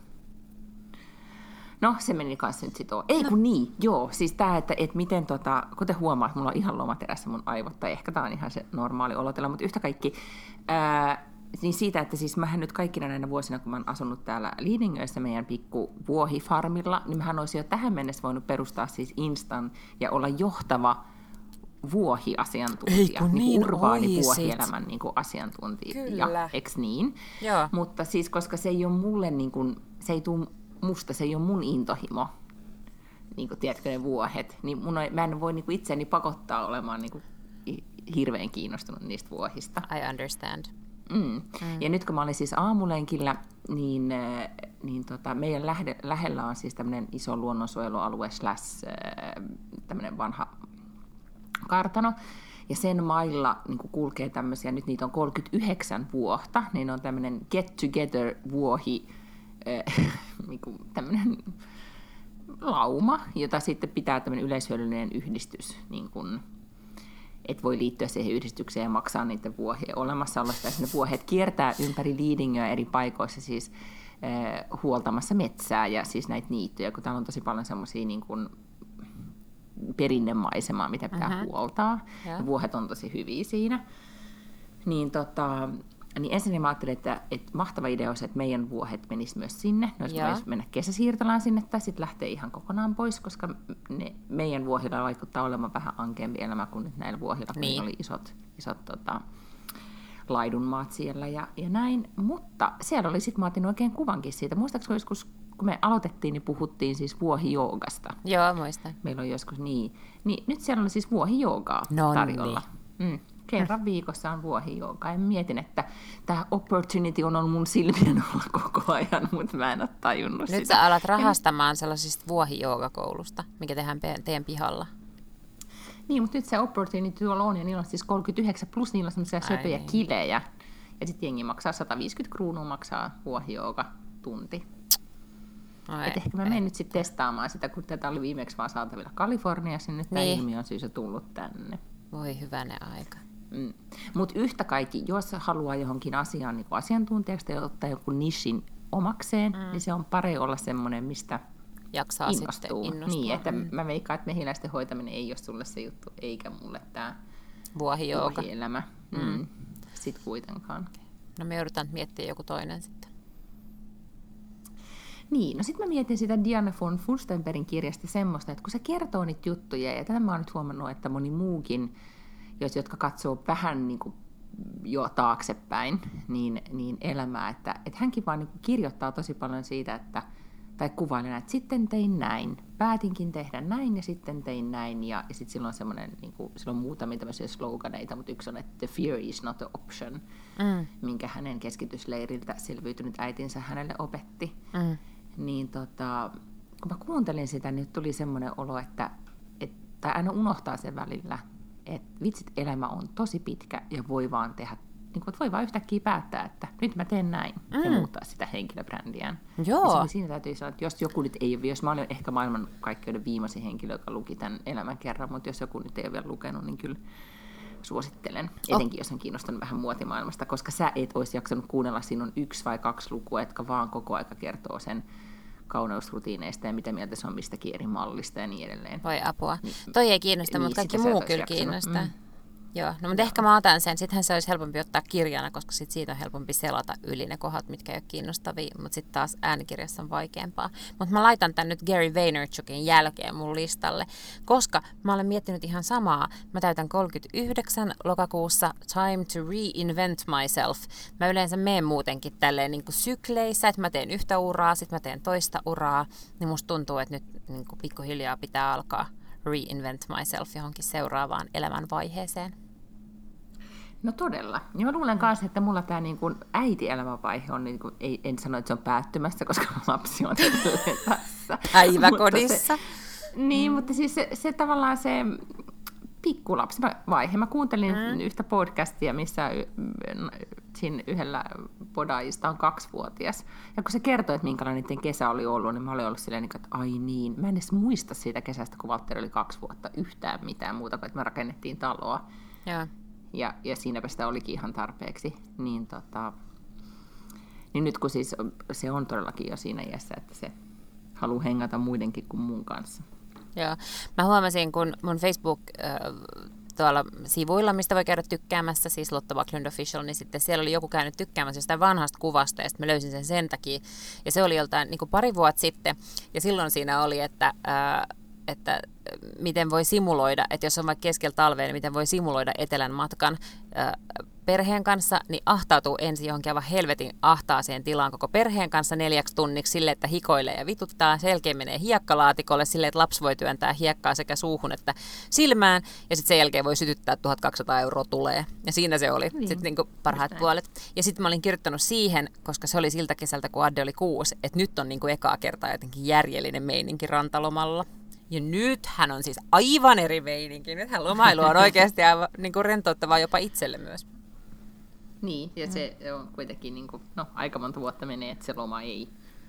No, se meni kanssa nyt sitoo. Ei kun no. niin, joo. Siis tää, että, että miten tota, kuten huomaat, mulla on ihan lomaterässä mun aivot, tai ehkä tää on ihan se normaali olotila, mutta yhtä kaikki, ää, niin siitä, että siis mähän nyt kaikkina näinä vuosina, kun mä oon asunut täällä Lidingössä meidän pikku vuohifarmilla, niin mähän olisin jo tähän mennessä voinut perustaa siis Instan ja olla johtava vuohiasiantuntija, Ei, kun niin niin urbaani oisit. vuohielämän niin kuin asiantuntija, Kyllä. eks niin? Joo. Mutta siis, koska se ei ole mulle, niin kuin, se ei tule musta, se ei ole mun intohimo, niin kuin, tiedätkö ne vuohet, niin mun on, mä en voi niin kuin itseäni pakottaa olemaan niin kuin hirveän kiinnostunut niistä vuohista. I understand. Mm. Mm. Ja nyt kun mä olin siis aamulenkillä, niin, niin tota, meidän lähde, lähellä on siis tämmöinen iso luonnonsuojelualue slash tämmöinen vanha kartano. Ja sen mailla niin kulkee tämmöisiä, nyt niitä on kolmekymmentäyhdeksän vuotta, niin on tämmöinen get together vuohi, äh, niin kuin tämmöinen lauma, jota sitten pitää tämmöinen yleishyödyllinen yhdistys, niin kuin, että voi liittyä siihen yhdistykseen ja maksaa niiden vuohien olemassaolosta. Ja ne vuohet kiertää ympäri Lidingöä eri paikoissa siis äh, huoltamassa metsää ja siis näitä niittyjä, kun täällä on tosi paljon semmoisia niin kuin perinnemaisemaa, mitä pitää uh-huh. huoltaa. Yeah. Ja vuohet on tosi hyviä siinä. Niin, tota, niin ensin mä ajattelin, että, että mahtava idea olisi, että meidän vuohet menis myös sinne. Ne olisi yeah. mennä kesäsiirtolaan sinne tai sitten lähteä ihan kokonaan pois, koska ne, meidän vuohilla vaikuttaa olemaan vähän ankeampi elämä kuin nyt näillä vuohilla, kun niin. oli isot, isot tota, laidunmaat siellä ja, ja näin. Mutta siellä oli sitten, mä otin oikein kuvankin siitä. Muistaakseni joskus kun me aloitettiin, niin puhuttiin siis vuohijoogasta. Joo, muistan. Meillä on joskus niin. niin nyt siellä on siis vuohijoogaa no tarjolla. Niin. Mm. Kerran mm. viikossa on vuohijoogaa. Ja mietin, että tämä opportunity on ollut mun silmien alla koko ajan, mutta mä en ole tajunnut nyt sitä. Nyt sä alat rahastamaan sellaisista vuohijoogakoulusta, mikä tehdään teidän pihalla. Niin, mutta nyt se opportunity tuolla on, ja niillä on siis kolmekymmentäyhdeksän, plus niillä on sellaisia söpöjä niin. kilejä. Ja sitten jengi maksaa sata viisikymmentä kruunua maksaa vuohijooga tunti. No ei, ehkä mä menen nyt sitten testaamaan sitä, kun tätä oli viimeksi vaan saatavilla Kaliforniassa, niin nyt niin. tämä ilmiö on syystä tullut tänne. Voi hyvänen aika. Mm. Mutta yhtä kaikki, jos haluaa johonkin asiaan niin asiantuntijaksi tai ottaa joku nishin omakseen, mm. niin se on parempi olla semmoinen, mistä jaksaa innostuu. sitten innostua. Niin, että mm. mä veikkaan, että mehiläisten hoitaminen ei ole sulle se juttu, eikä mulle tämä vuohijooga. Vuohielämä. Mm. Mm. Sitten kuitenkaan. No me joudutaan miettimään joku toinen sitten. Niin, no sitten mä mietin sitä Diana von Furstenbergin kirjasta semmoista, että kun se kertoo niitä juttuja, ja tätä mä oon nyt huomannut, että moni muukin, jos, jotka katsoo vähän niin kuin jo taaksepäin, niin, niin elämää, että, että hänkin vaan niin kuin kirjoittaa tosi paljon siitä, että, tai kuvailee, että sitten tein näin, päätinkin tehdä näin ja sitten tein näin, ja, ja sitten silloin on semmoinen, niin kuin, silloin on muutamia tämmöisiä sloganeita, mutta yksi on, että the fear is not an option, mm. minkä hänen keskitysleiriltä selviytynyt äitinsä hänelle opetti. Mm. Niin tota, kun mä kuuntelin sitä, niin tuli semmoinen olo, että, että aina unohtaa sen välillä, että vitsit, elämä on tosi pitkä ja voi vaan tehdä, niin kuin, että voi vaan yhtäkkiä päättää, että nyt mä teen näin mm. ja muuttaa sitä henkilöbrändiään. Joo. Ja siinä täytyy sanoa, että jos joku nyt ei ole, jos mä olen ehkä maailman kaikkeuden viimeisin henkilö, joka luki tämän elämän kerran, mutta jos joku nyt ei ole vielä lukenut, niin kyllä suosittelen, etenkin oh. jos on kiinnostunut vähän muotimaailmasta, koska sä et olisi jaksanut kuunnella, siinä on yksi vai kaksi lukua, jotka vaan koko aika kertoo sen kauneusrutiineista ja mitä mieltä se on mistäkin eri mallista ja niin edelleen. Voi apua. Niin, toi ei kiinnosta, niin, mutta kaikki muu kyllä jaksanut. Kiinnostaa. Mm. Joo, no mutta ehkä mä otan sen. Sittenhän se olisi helpompi ottaa kirjana, koska sit siitä on helpompi selata yli ne kohdat, mitkä ei ole kiinnostavia, mutta sitten taas äänikirjassa on vaikeampaa. Mutta mä laitan tän nyt Gary Vaynerchukin jälkeen mun listalle, koska mä olen miettinyt ihan samaa. Mä täytän kolmekymmentäyhdeksän lokakuussa, time to reinvent myself. Mä yleensä menen muutenkin tälleen niin kuin sykleissä, että mä teen yhtä uraa, sitten mä teen toista uraa, niin musta tuntuu, että nyt niin kuin pikkuhiljaa pitää alkaa reinvent myself johonkin seuraavaan elämänvaiheeseen. No todella. Ja mä luulen kanssa, että mulla tämä niin kuin äiti-elämänvaihe on, niin kuin, ei, en sano, että se on päättymässä, koska lapsi on edelleen tässä. Päiväkodissa. Se, niin, mm. mutta siis se, se tavallaan se pikkulapsivaihe. Mä kuuntelin mm. yhtä podcastia, missä siinä yhdellä podaajista on kaksivuotias. Ja kun se kertoi, että minkälainen niiden kesä oli ollut, niin mä olin ollut silleen, että ai niin, mä en edes muista siitä kesästä, kun Valtteri oli kaksi vuotta yhtään mitään muuta, kuin että me rakennettiin taloa. Ja, ja, ja siinäpä sitä olikin ihan tarpeeksi. Niin, tota, niin nyt kun siis se on todellakin jo siinä iässä, että se haluaa hengata muidenkin kuin mun kanssa. Joo. Mä huomasin, kun mun Facebook äh, tuolla sivuilla, mistä voi käydä tykkäämässä, siis Lotta Backlund Official, niin sitten siellä oli joku käynyt tykkäämässä sitä vanhasta kuvasta, ja sitten mä löysin sen sen takia. Ja se oli joltain niin kuin pari vuotta sitten, ja silloin siinä oli, että, ää, että miten voi simuloida, että jos on vaikka keskellä talvea, niin miten voi simuloida etelän matkan ää, perheen kanssa, niin ahtautuu ensin johonkin aivan helvetin ahtaaseen tilaan koko perheen kanssa neljäksi tunniksi sille, että hikoilee ja vituttaa. Sen jälkeen menee hiekkalaatikolle sille, että lapsi voi työntää hiekkaa sekä suuhun että silmään. Ja sitten sen jälkeen voi sytyttää tuhatkaksisataa euroa tulee. Ja siinä se oli niin. Sitten niinku parhaat puolet. Ja sitten mä olin kirjoittanut siihen, koska se oli siltä kesältä, kun Adde oli kuusi, että nyt on niinku ekaa kertaa jotenkin järjellinen meininki rantalomalla. Ja nyt hän on siis aivan eri meininki. Nythän lomailu on oikeasti aivan niinku rentouttavaa jopa itselle myös. Niin, ja se on kuitenkin niin kuin, no, aika monta vuotta menee, että se loma ei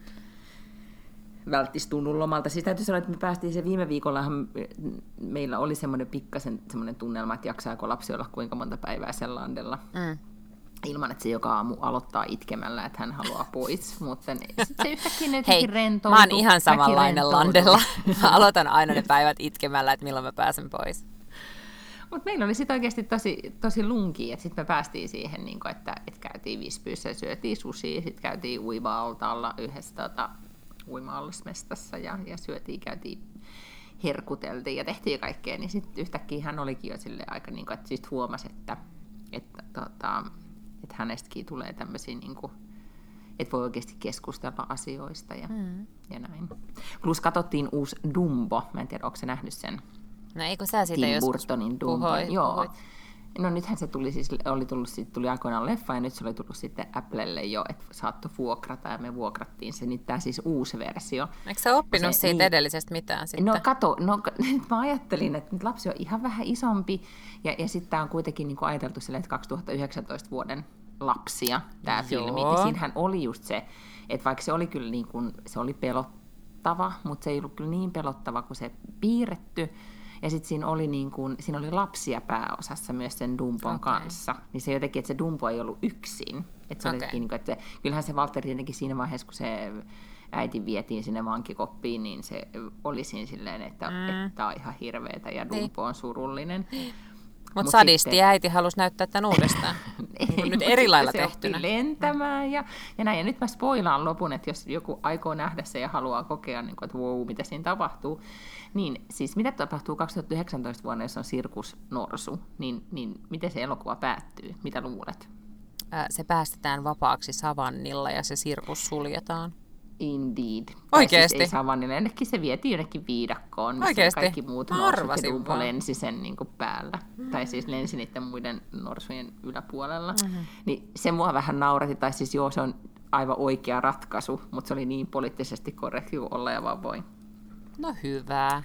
välttis tunnu lomalta. Siis täytyy sanoa, että me päästiin se viime viikollahan, meillä oli semmoinen pikkasen semmoinen tunnelma, että jaksaako lapsi olla kuinka monta päivää sen landella. Mm. Ilman, että se joka aamu aloittaa itkemällä, että hän haluaa pois. Mutta sitten se yhtäkkiä ne Hei, rentoutuu. Mä oon ihan samanlainen landella. Mä aloitan aina ne päivät itkemällä, että milloin mä pääsen pois. Mutta meillä oli sitten oikeasti tosi, tosi lunkia, että sitten me päästiin siihen, niin kun, että, että käytiin Visbyssä ja syötiin sushia, sitten käytiin uima-altaalla yhdessä tota, uima-allasmestassa ja, ja syötiin, käytiin, herkuteltiin ja tehtiin kaikkea, niin sitten yhtäkkiä hän olikin jo silleen aika, niin kun, että siis huomasi, että, että, tota, että hänestäkin tulee tämmöisiä, niin kun, että voi oikeasti keskustella asioista ja, mm. ja näin. Plus katsottiin uusi Dumbo, mä en tiedä, onko se nähnyt sen? No eikö sä siitä Tim Burtonin Dumbo? Puhui, Joo. puhuit. No nythän se tuli siis, oli tullut, tuli aikoinaan leffa ja nyt se oli tullut sitten Applelle jo, että saattoi vuokrata ja me vuokrattiin se. Nyt tämä siis uusi versio. Eikö sä oppinut se, siitä niin, edellisestä mitään sitten? No kato, no, nyt mä ajattelin, että nyt lapsi on ihan vähän isompi ja, ja sitten tämä on kuitenkin niin kuin ajateltu silleen, että kaksituhattayhdeksäntoista vuoden lapsia tämä filmi. Ja siinähän oli just se, että vaikka se oli kyllä niin kuin, se oli pelottava, mutta se ei ollut kyllä niin pelottava kuin se piirretty. Ja sitten siinä oli, niin kun, siinä oli lapsia pääosassa myös sen Dumbon okay. kanssa. Niin se jotenkin, että se Dumbo ei ollut yksin. Että se okay. oli jotenkin, niin kun, että kyllähän se Valtteri jotenkin siinä vaiheessa, kun se äiti vietiin sinne vankikoppiin, niin se oli siinä silleen, että mm. tämä on ihan hirveetä ja Dumbo on surullinen. Mutta Mut sadisti sitten äiti halusi näyttää tämän uudestaan. Ei, nyt eri lailla se tehtynä. Se lentämään ja, ja näin. Ja nyt mä spoilaan lopun, että jos joku aikoo nähdä se ja haluaa kokea, niin kuin, että wow, mitä siinä tapahtuu. Niin siis mitä tapahtuu kaksituhattayhdeksäntoista vuonna, jos on sirkusnorsu, niin, niin miten se elokuva päättyy? Mitä luulet? Se päästetään vapaaksi savannilla ja se sirkus suljetaan. Indeed. Oikeesti? Siis ei savannilla. Jonnekin se vietiin jonnekin viidakkoon, missä Oikeesti? kaikki muut norsut ja Dumbo lensi sen niin kuin päällä. Mm-hmm. Tai siis lensi niiden muiden norsujen yläpuolella. Mm-hmm. Niin se mua vähän naurati. Tai siis joo, se on aivan oikea ratkaisu, mutta se oli niin poliittisesti korrekti kuin olla ja vaan voi. No hyvä.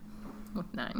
Mut näin.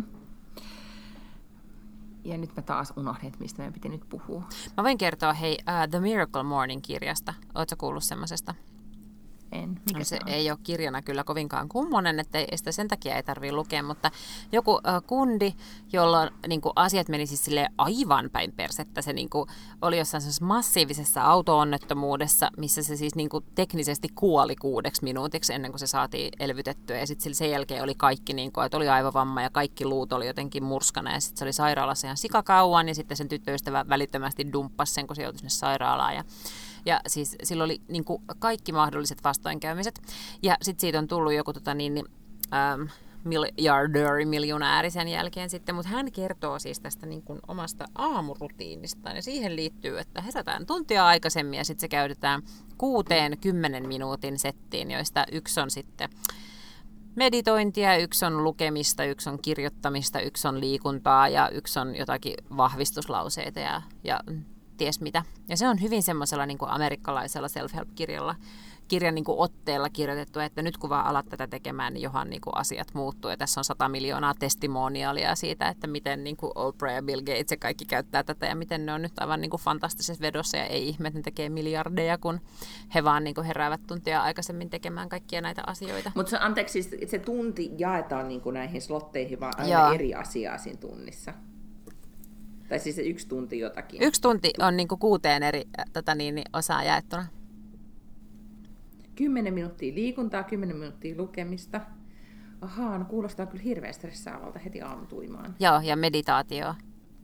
Ja nyt mä taas unohdin, että mistä meidän piti nyt puhua. Mä voin kertoa, hei, uh, The Miracle Morning-kirjasta. Ootko kuullut semmoisesta? En. Mikä se se on? Ei ole kirjana kyllä kovinkaan kummonen, että sitä sen takia ei tarvitse lukea, mutta joku äh, kundi, jolla niin kuin, asiat meni siis aivan päin persettä. Se niin kuin, oli jossain massiivisessa auto-onnettomuudessa, missä se siis niin kuin, teknisesti kuoli kuudeksi minuutiksi ennen kuin se saatiin elvytettyä. Ja sitten sen jälkeen oli kaikki, niin kuin, että oli aivovamma ja kaikki luut oli jotenkin murskana. Ja sitten se oli sairaalassa ihan sikakauan ja sitten sen tyttöystävä välittömästi dumppasi sen, kun se joutui sinne sairaalaan. Ja Ja siis sillä oli niin kuin kaikki mahdolliset vastoinkäymiset. Ja sitten siitä on tullut joku tota, niin, ähm, miljardööri, miljonääri sen jälkeen sitten. Mutta hän kertoo siis tästä niin kuin omasta aamurutiinistaan. Ja siihen liittyy, että herätään tuntia aikaisemmin ja sitten se käytetään kuuteen kymmenen minuutin settiin, joista yksi on sitten meditointia, yksi on lukemista, yksi on kirjoittamista, yksi on liikuntaa ja yksi on jotakin vahvistuslauseita ja, ja ties mitä. Ja se on hyvin semmoisella niin kuin amerikkalaisella self-help-kirjalla, kirjan niin kuin otteella kirjoitettu, että nyt kun vaan alat tätä tekemään, niin johan niin kuin asiat muuttuu. Ja tässä on sata miljoonaa testimoniaalia siitä, että miten niin kuin Oprah ja Bill Gates ja kaikki käyttää tätä ja miten ne on nyt aivan niin kuin fantastisessa vedossa ja ei ihme, että ne tekee miljardeja, kun he vaan niin kuin heräävät tuntia aikaisemmin tekemään kaikkia näitä asioita. Mutta anteeksi, siis se tunti jaetaan niin kuin näihin slotteihin, vaan aina Joo. eri asiaa siinä tunnissa. Tai siis se yksi tunti jotakin. Yksi tunti on niin kuin kuuteen eri tota niin, niin osaa jaettuna. Kymmenen minuuttia liikuntaa, kymmenen minuuttia lukemista. Ahaa, no kuulostaa kyllä hirveän stressaavalta heti aamutuimaan. Joo, ja meditaatio.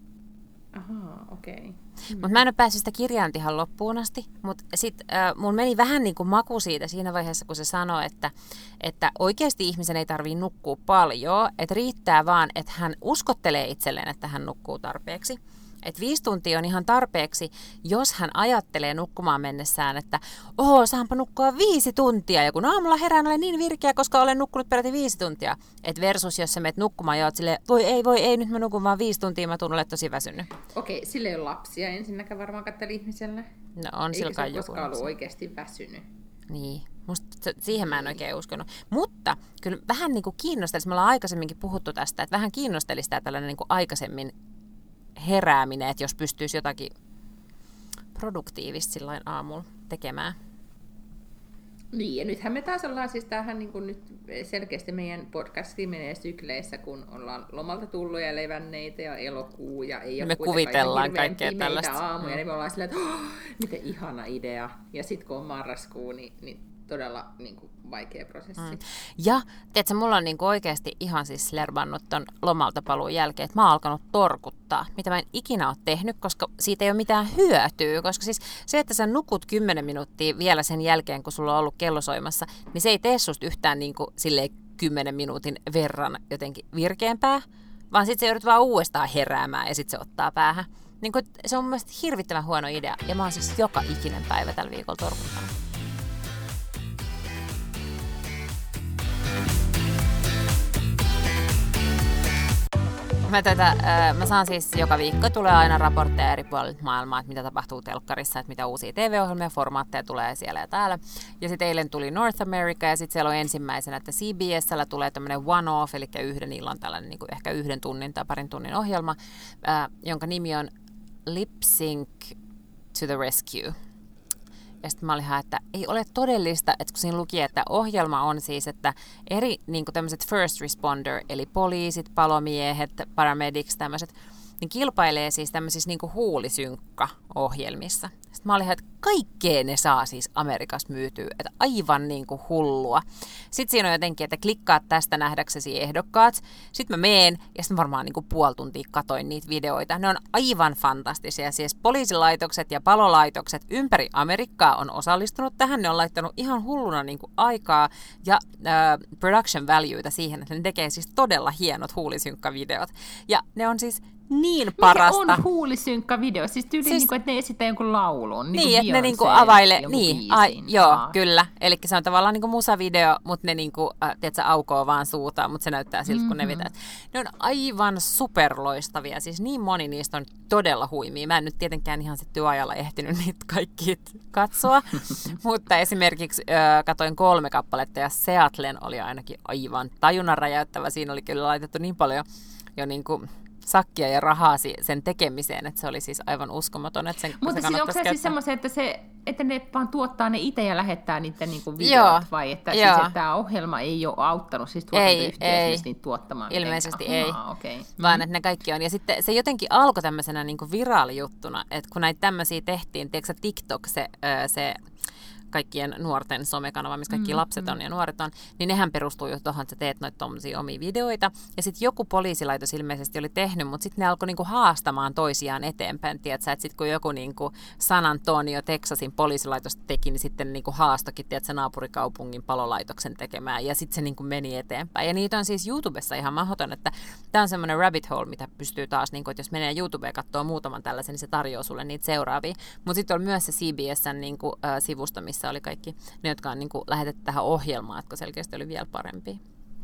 Ahaa, okei. Okay. Hmm. Mutta mä en ole päässyt sitä kirjaanti ihan loppuun asti, mutta sitten äh, mun meni vähän niin kuin maku siitä siinä vaiheessa, kun se sanoi, että, että oikeasti ihmisen ei tarvitse nukkua paljon, että riittää vaan, että hän uskottelee itselleen, että hän nukkuu tarpeeksi. Että viisi tuntia on ihan tarpeeksi, jos hän ajattelee nukkumaan mennessään, että oho, saanpa nukkua viisi tuntia. Ja kun aamulla herään, olen niin virkeä, koska olen nukkunut peräti viisi tuntia. Et versus, jos sä menet nukkumaan ja oot silleen, voi ei, voi ei, nyt mä nukun vaan viisi tuntia, mä tuun olemaan tosi väsynyt. Okei, sillä ei ole lapsia ensinnäkään varmaan katseli ihmiselle. No on sillä kai joku. Eikä se koskaan ollut oikeasti väsynyt. Niin, musta siihen mä en oikein uskonut. Mutta kyllä vähän niin kuin kiinnostelisi, me ollaan aikaisemminkin puhuttu tästä, että vähän kiinnostelisi tämä tällainen niin kuin aikaisemmin herääminen, että jos pystyisi jotakin produktiivista sillain aamulla tekemään. Niin, ja nythän me taas ollaan siis tämähän niin kuin nyt selkeästi meidän podcasti menee sykleissä, kun ollaan lomalta tullut ja levänneitä ja elokuu ja ei ole me kuvitellaan kaikkea tällaista aamuja, mm. niin me ollaan silleen, että oh, miten ihana idea. Ja sitten kun on marraskuu, niin, niin todella niin kuin vaikea prosessi. Mm. Ja tiedätkö, mulla on niin kuin oikeasti ihan siis slerbannut ton lomalta paluun jälkeen, että mä oon alkanut torkuttaa, mitä mä en ikinä ole tehnyt, koska siitä ei ole mitään hyötyä. Koska siis se, että sä nukut kymmenen minuuttia vielä sen jälkeen, kun sulla on ollut kello soimassa, niin se ei tee susta yhtään niin kuin silleen kymmenen minuutin verran jotenkin virkeämpää, vaan sitten se joudut vaan uudestaan heräämään ja sitten se ottaa päähän. Niin kuin, se on mun mielestä hirvittävän huono idea, ja mä oon siis joka ikinen päivä tällä viikolla torkuttanut. Mä, tätä, äh, mä saan siis joka viikko, tulee aina raportteja eri puolilta maailmaa, että mitä tapahtuu telkkarissa, että mitä uusia T V-ohjelmia, formaatteja tulee siellä ja täällä. Ja sitten eilen tuli North America ja sitten siellä on ensimmäisenä, että C B S:llä tulee tämmöinen one-off, eli yhden illan tällainen niin kuin ehkä yhden tunnin tai parin tunnin ohjelma, äh, jonka nimi on Lip Sync to the Rescue. Ja sitten mä olin ihan, että ei ole todellista, että kun siinä luki, että ohjelma on siis, että eri niin kuin tämmöiset first responder, eli poliisit, palomiehet, paramedics, tämmöiset, niin kilpailee siis tämmöisissä niin kuin huulisynkkä-ohjelmissa. Sitten mä olin ihan, että kaikkea ne saa siis Amerikassa myytyä, että aivan niin kuin hullua. Sitten siinä on jotenkin, että klikkaat tästä nähdäksesi ehdokkaat. Sitten mä meen ja sitten varmaan niin kuin puoli tuntia katoin niitä videoita. Ne on aivan fantastisia. Siis poliisilaitokset ja palolaitokset ympäri Amerikkaa on osallistunut tähän. Ne on laittanut ihan hulluna niin kuin aikaa ja äh, production valueita siihen, että ne tekee siis todella hienot huulisynkkävideot. Ja ne on siis niin parasta. Mikä on huulisynkkä-video? Siis tyyli, siis, niin että ne esittää jonkun laulun. Niin, niin että ne niinku availee. Niin, ai, joo, Aa. kyllä. Eli se on tavallaan niinku musavideo, mutta ne niinku, äh, tiedätkö, aukoo vaan suuta, mutta se näyttää siltä, kun mm-hmm. ne vetää. Ne on aivan superloistavia. Siis niin moni niistä on todella huimia. Mä en nyt tietenkään ihan sitten työajalla ehtinyt niitä kaikki katsoa, mutta esimerkiksi äh, katoin kolme kappaletta ja Seattlen oli ainakin aivan tajunnan räjäyttävä. Siinä oli kyllä laitettu niin paljon jo niinku sakkia ja rahaa sen tekemiseen, että se oli siis aivan uskomaton. Että sen, mutta se siis onko se käyttää. Siis semmoisen, että, se, että ne vaan tuottaa ne itse ja lähettää niiden niinku videot, joo, vai että, siis, että tämä ohjelma ei ole auttanut siis tuotantoyhtiöitä niitä tuottamaan? Ilmeisesti mitenkään. ei, Aha, okay. vaan mm. että ne kaikki on. Ja sitten se jotenkin alkoi tämmöisenä niinku viraalijuttuna, että kun näitä tämmöisiä tehtiin, tiedätkö TikTok, se, se kaikkien nuorten somekanava, missä kaikki mm, lapset on mm. ja nuoret on, niin nehän perustuu jo tuohon, että sä teet noita tommosia omia videoita. Ja sitten joku poliisilaitos ilmeisesti oli tehnyt, mutta sitten ne alkoi niinku haastamaan toisiaan eteenpäin. Tiedätkö, että sitten kun joku niinku San Antonio, Texasin poliisilaitos teki, niin sitten niinku haastokin, tiedätkö, naapurikaupungin palolaitoksen tekemään. Ja sitten se niinku meni eteenpäin. Ja niitä on siis YouTubessa ihan mahdoton, että tämä on semmoinen rabbit hole, mitä pystyy taas, niinku, että jos menee YouTubeen ja katsoo muutaman tällaisen, niin se tarjoaa sulle niitä seuraavia. Mutta sitten on myös se C B S:n niinku, äh, sivusto, missä oli kaikki ne, jotka on niin kuin lähetetty tähän ohjelmaan, että selkeästi oli vielä parempi.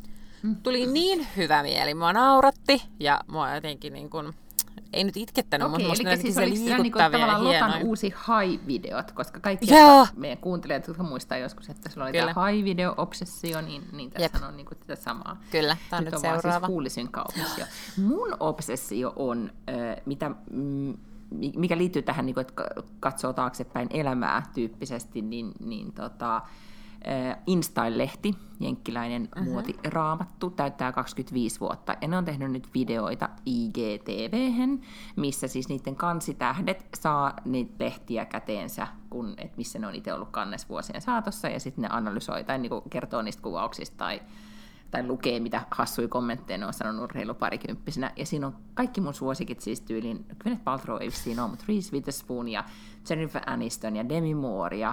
Tuli niin hyvä mieli, mua nauratti ja mua jotenkin niin kuin, ei nyt itkettänyt, okay, mutta musta siis se liikuttavia niin ja hienoja. Lotan uusi Hai-videot, koska kaikki meidän kuuntelijat, jotka muistaa joskus, että sulla oli Kyllä. tämä Hai-video-obsessio, niin, niin tässä Jep. on niin kuin tätä samaa. Kyllä, tämä on nyt, nyt seuraava. Siis huulisynkkä-obsessio. Mun obsessio on, äh, mitä... Mm, mikä liittyy tähän, että katsoo taaksepäin elämää tyyppisesti, niin, niin tota, InStyle-lehti, jenkkiläinen uh-huh. muotiraamattu, täyttää kaksikymmentäviisi vuotta, ja ne on tehnyt nyt videoita I G T V:hen, missä siis niiden kansitähdet saa niitä lehtiä käteensä, kun, et missä ne on itse ollut kannes vuosien saatossa, ja sitten ne analysoi tai niin kertoo niistä kuvauksista tai tai lukee, mitä hassuja kommentteja ne on sanonut reilu parikymppisenä. Ja siinä on kaikki mun suosikit siis tyyliin. Gwyneth Paltrow ei siinä ole, mutta Reese Witherspoon ja Jennifer Aniston ja Demi Moore ja,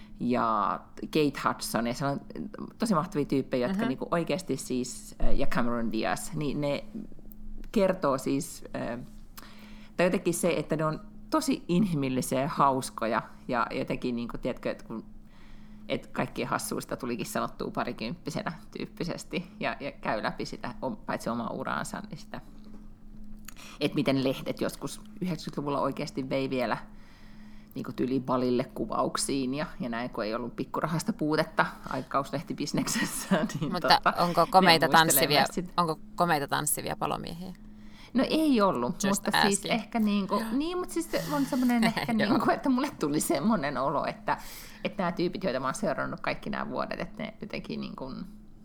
ja Kate Hudson. Ja se on tosi mahtavia tyyppejä, jotka uh-huh. niinku oikeasti siis, ja Cameron Diaz, niin ne kertoo siis, tai jotenkin se, että ne on tosi inhimillisiä ja hauskoja. Ja jotenkin, niinku, tiedätkö, että kun että kaikkien hassuista tulikin sanottua parikymppisenä tyyppisesti, ja, ja käy läpi sitä, paitsi omaa uraansa, niin sitä, että miten lehdet joskus yhdeksänkymmentäluvulla oikeasti vei vielä niin kuin tyyliin balille kuvauksiin, ja, ja näin, kun ei ollut pikkurahasta puutetta aikakauslehti-bisneksessä. Niin Mutta tota, onko, komeita tanssivia, onko komeita tanssivia palomiehiä? No ei ollut, Just mutta asking. siis ehkä niin kuin, niin, mutta siis on semmoinen ehkä niin kuin, että mulle tuli semmoinen olo, että, että nämä tyypit, joita mä oon seurannut kaikki nämä vuodet, että ne jotenkin niin kuin,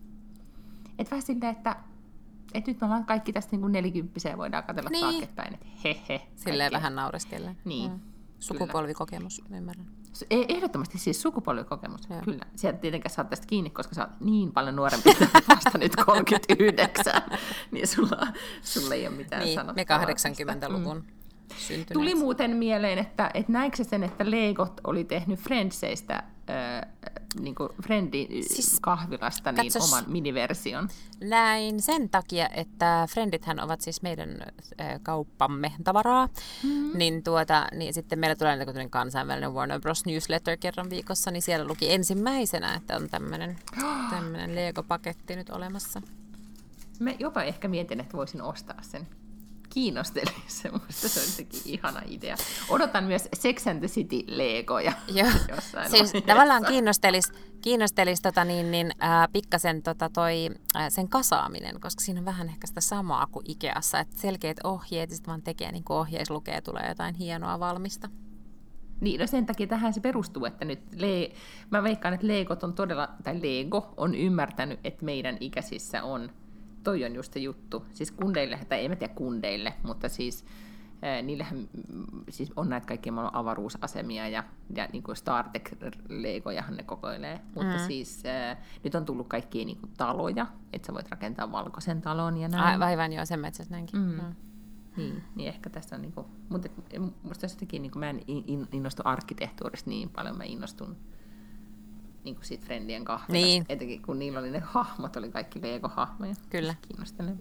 että vähän silleen, että, että nyt me ollaan kaikki tästä niin kuin nelikymppisiä ja voidaan katsella niin taaksepäin, että he he. Silleen kaikki vähän naureskellen. Niin. Mm. Sukupolvikokemus, ymmärrän. Ehdottomasti siis sukupolvikokemus, Joo. kyllä. Sieltä tietenkään saat tästä kiinni, koska sä oot niin paljon nuorempi, vasta nyt kolmekymmentäyhdeksän, niin sulla, sulla ei ole mitään niin, sanottavaa. Me kahdeksankymmentäluvun mm. syntyneet. Tuli muuten mieleen, että, että näikö se sen, että Legot oli tehnyt Friendseistä, äh, niin kuin Friendin siis, kahvilasta, niin katsos, oman miniversion. Näin sen takia, että Friendithän ovat siis meidän äh, kauppamme tavaraa, mm-hmm. niin, tuota, niin sitten meillä tulee niin kansainvälinen Warner Bros. Newsletter kerran viikossa, niin siellä luki ensimmäisenä, että on tämmöinen tämmöinen Lego-paketti nyt olemassa. Mä jopa ehkä mietin, että voisin ostaa sen. Kiinnosteli se, musta se on jotenkin ihana idea. Odotan myös Sex and the City Legoja jossain siis tavallaan kiinnostelis, kiinnostelis tota niin, niin, äh, pikkasen tota toi, äh, sen kasaaminen, koska siinä on vähän ehkä sitä samaa kuin Ikeassa, että selkeät ohjeet, ja sitten vaan tekee niin kuin ohjeissa lukee, tulee jotain hienoa valmista. Niin, no sen takia tähän se perustuu, että nyt le- mä veikkaan, että Legot on todella, tai Lego on ymmärtänyt, että meidän ikäisissä on toi on just se juttu. Siis kundeille, tai ei mä tiedä kundeille, mutta siis äh, niillähän siis on näitä kaikkia maailman avaruusasemia ja, ja niin kuin Star Trek-legojahan ne kokoilee. Mm. Mutta siis äh, nyt on tullut kaikkia niin kuin taloja, että sä voit rakentaa valkoisen talon ja näin. Aivan joo, sen mä itse asiassa näinkin. Mm. Mm. Niin, niin ehkä tässä on niinku, mutta musta jotenkin niinku mä en innostu arkkitehtuurista niin paljon, mä innostun niinku siitä Friendien kahvilasta, niin. Etenkin kun niillä oli ne hahmot, oli kaikki Lego-hahmoja. Kyllä. Kiinnostavaa.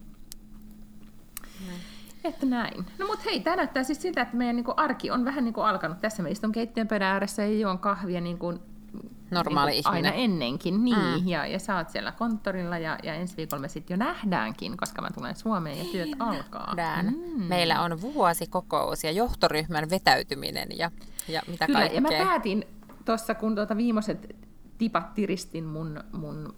Että näin. No mut hei, tää näyttää siis siltä, että meidän niinku arki on vähän niinku alkanut. Tässä mä istun keittiön pöydän ääressä ja juon kahvia niinku normaali niin ihminen. Aina ennenkin, niin. Mm. Ja, ja sä oot siellä konttorilla ja, ja ensi viikolla me sitten jo nähdäänkin, koska mä tulen Suomeen ja työt alkaa. Mm. Meillä on vuosikokous ja johtoryhmän vetäytyminen ja, ja mitä Kyllä, kaikkea. Ja mä päätin tuossa, kun tuota viimeiset tipat tiristin mun, mun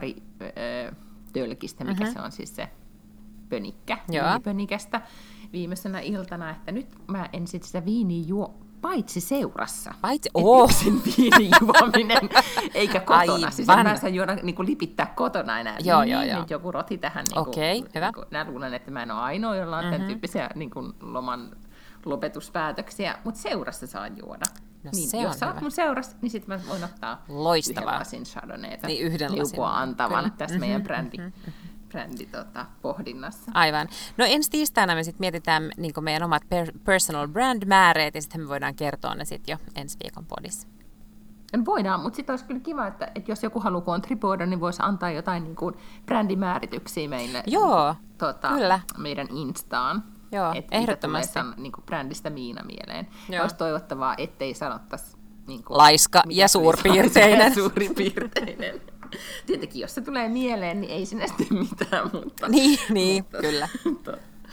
valkkaritölkistä, mikä mm-hmm. se on siis se pönikkä, viinipönikästä viimeisenä iltana, että nyt mä en sitten sitä viiniä juo, paitsi seurassa. Paitsi, oh. Yksin viinin juominen, eikä kotona. Siis en mä saa juoda, niin kuin lipittää kotona enää. Joo, joo, joo. Nyt joku roti tähän. Niin Okei, okay, hyvä. Niin mä luulen, että mä en ole ainoa, jolla on mm-hmm. tämän tyyppisiä niin kuin loman lopetuspäätöksiä, mutta seurassa saa juoda. No, niin, se jos sä oot hyvä. mun seurassa, niin sitten mä voin ottaa Loistavaa. yhden lasin Chardonnayta. Niin, yhden liukua lasin. antavan Kyllä. tässä mm-hmm, meidän brändi. Mm-hmm. brändi tota, pohdinnassa. Aivan. No ensi tiistaina me sitten mietitään niin meidän omat per- personal brand-määreet ja sitten me voidaan kertoa ne sitten jo ensi viikon podissa. Voidaan, mutta sitten olisi kyllä kiva, että, että jos joku haluaa kontribuoida, niin voisi antaa jotain niin kuin brändimäärityksiä meille. Joo, tota, kyllä. Meidän Instaan. Joo, et ehdottomasti. Mitä tulee niin kuin brändistä Miina mieleen. Olisi toivottavaa, ettei sanottaisi niin kuin, laiska ja suurpiirteinen. Ja suurpiirteinen. Tietenkin, jos se tulee mieleen, niin ei sinä sitten mitään, mutta... Niin, niin mutta, kyllä. Mutta,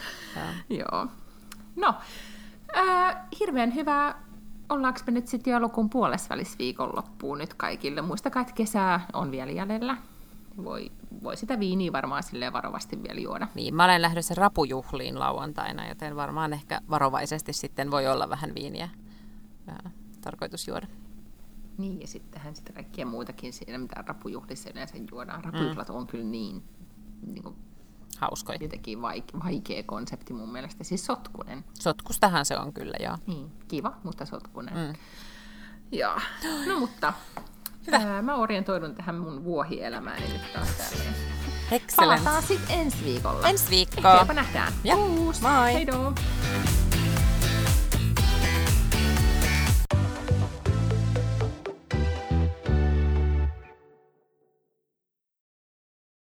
joo. No, äh, hirveän hyvää. Ollaanko me nyt sitten jo elokuun puolesvälis viikonloppuun nyt kaikille? Muistakaa, että kesää on vielä jäljellä. Voi, voi sitä viiniä varmaan silleen varovasti vielä juoda. Niin, mä olen lähdössä rapujuhliin lauantaina, joten varmaan ehkä varovaisesti sitten voi olla vähän viiniä ää, tarkoitus juoda. Niin, ja sittenhän sitä kaikkia muutakin siinä, mitä rapujuhlissa yleensä juodaan. Rapujuhlat mm. on kyllä niin, niin kuin, hauskoja. Jotenkin vaike- vaikea konsepti mun mielestä. Siis sotkunen. Sotkustahan se on kyllä, joo. Niin, kiva, mutta sotkunen. Mm. Joo, no mutta ää, mä orientoidun tähän mun vuohielämääni nyt taas tälleen. Excellent. Palataan sitten ensi viikolla. Ensi viikkoa. Jopa nähdään. Ja, moi. Heidoo.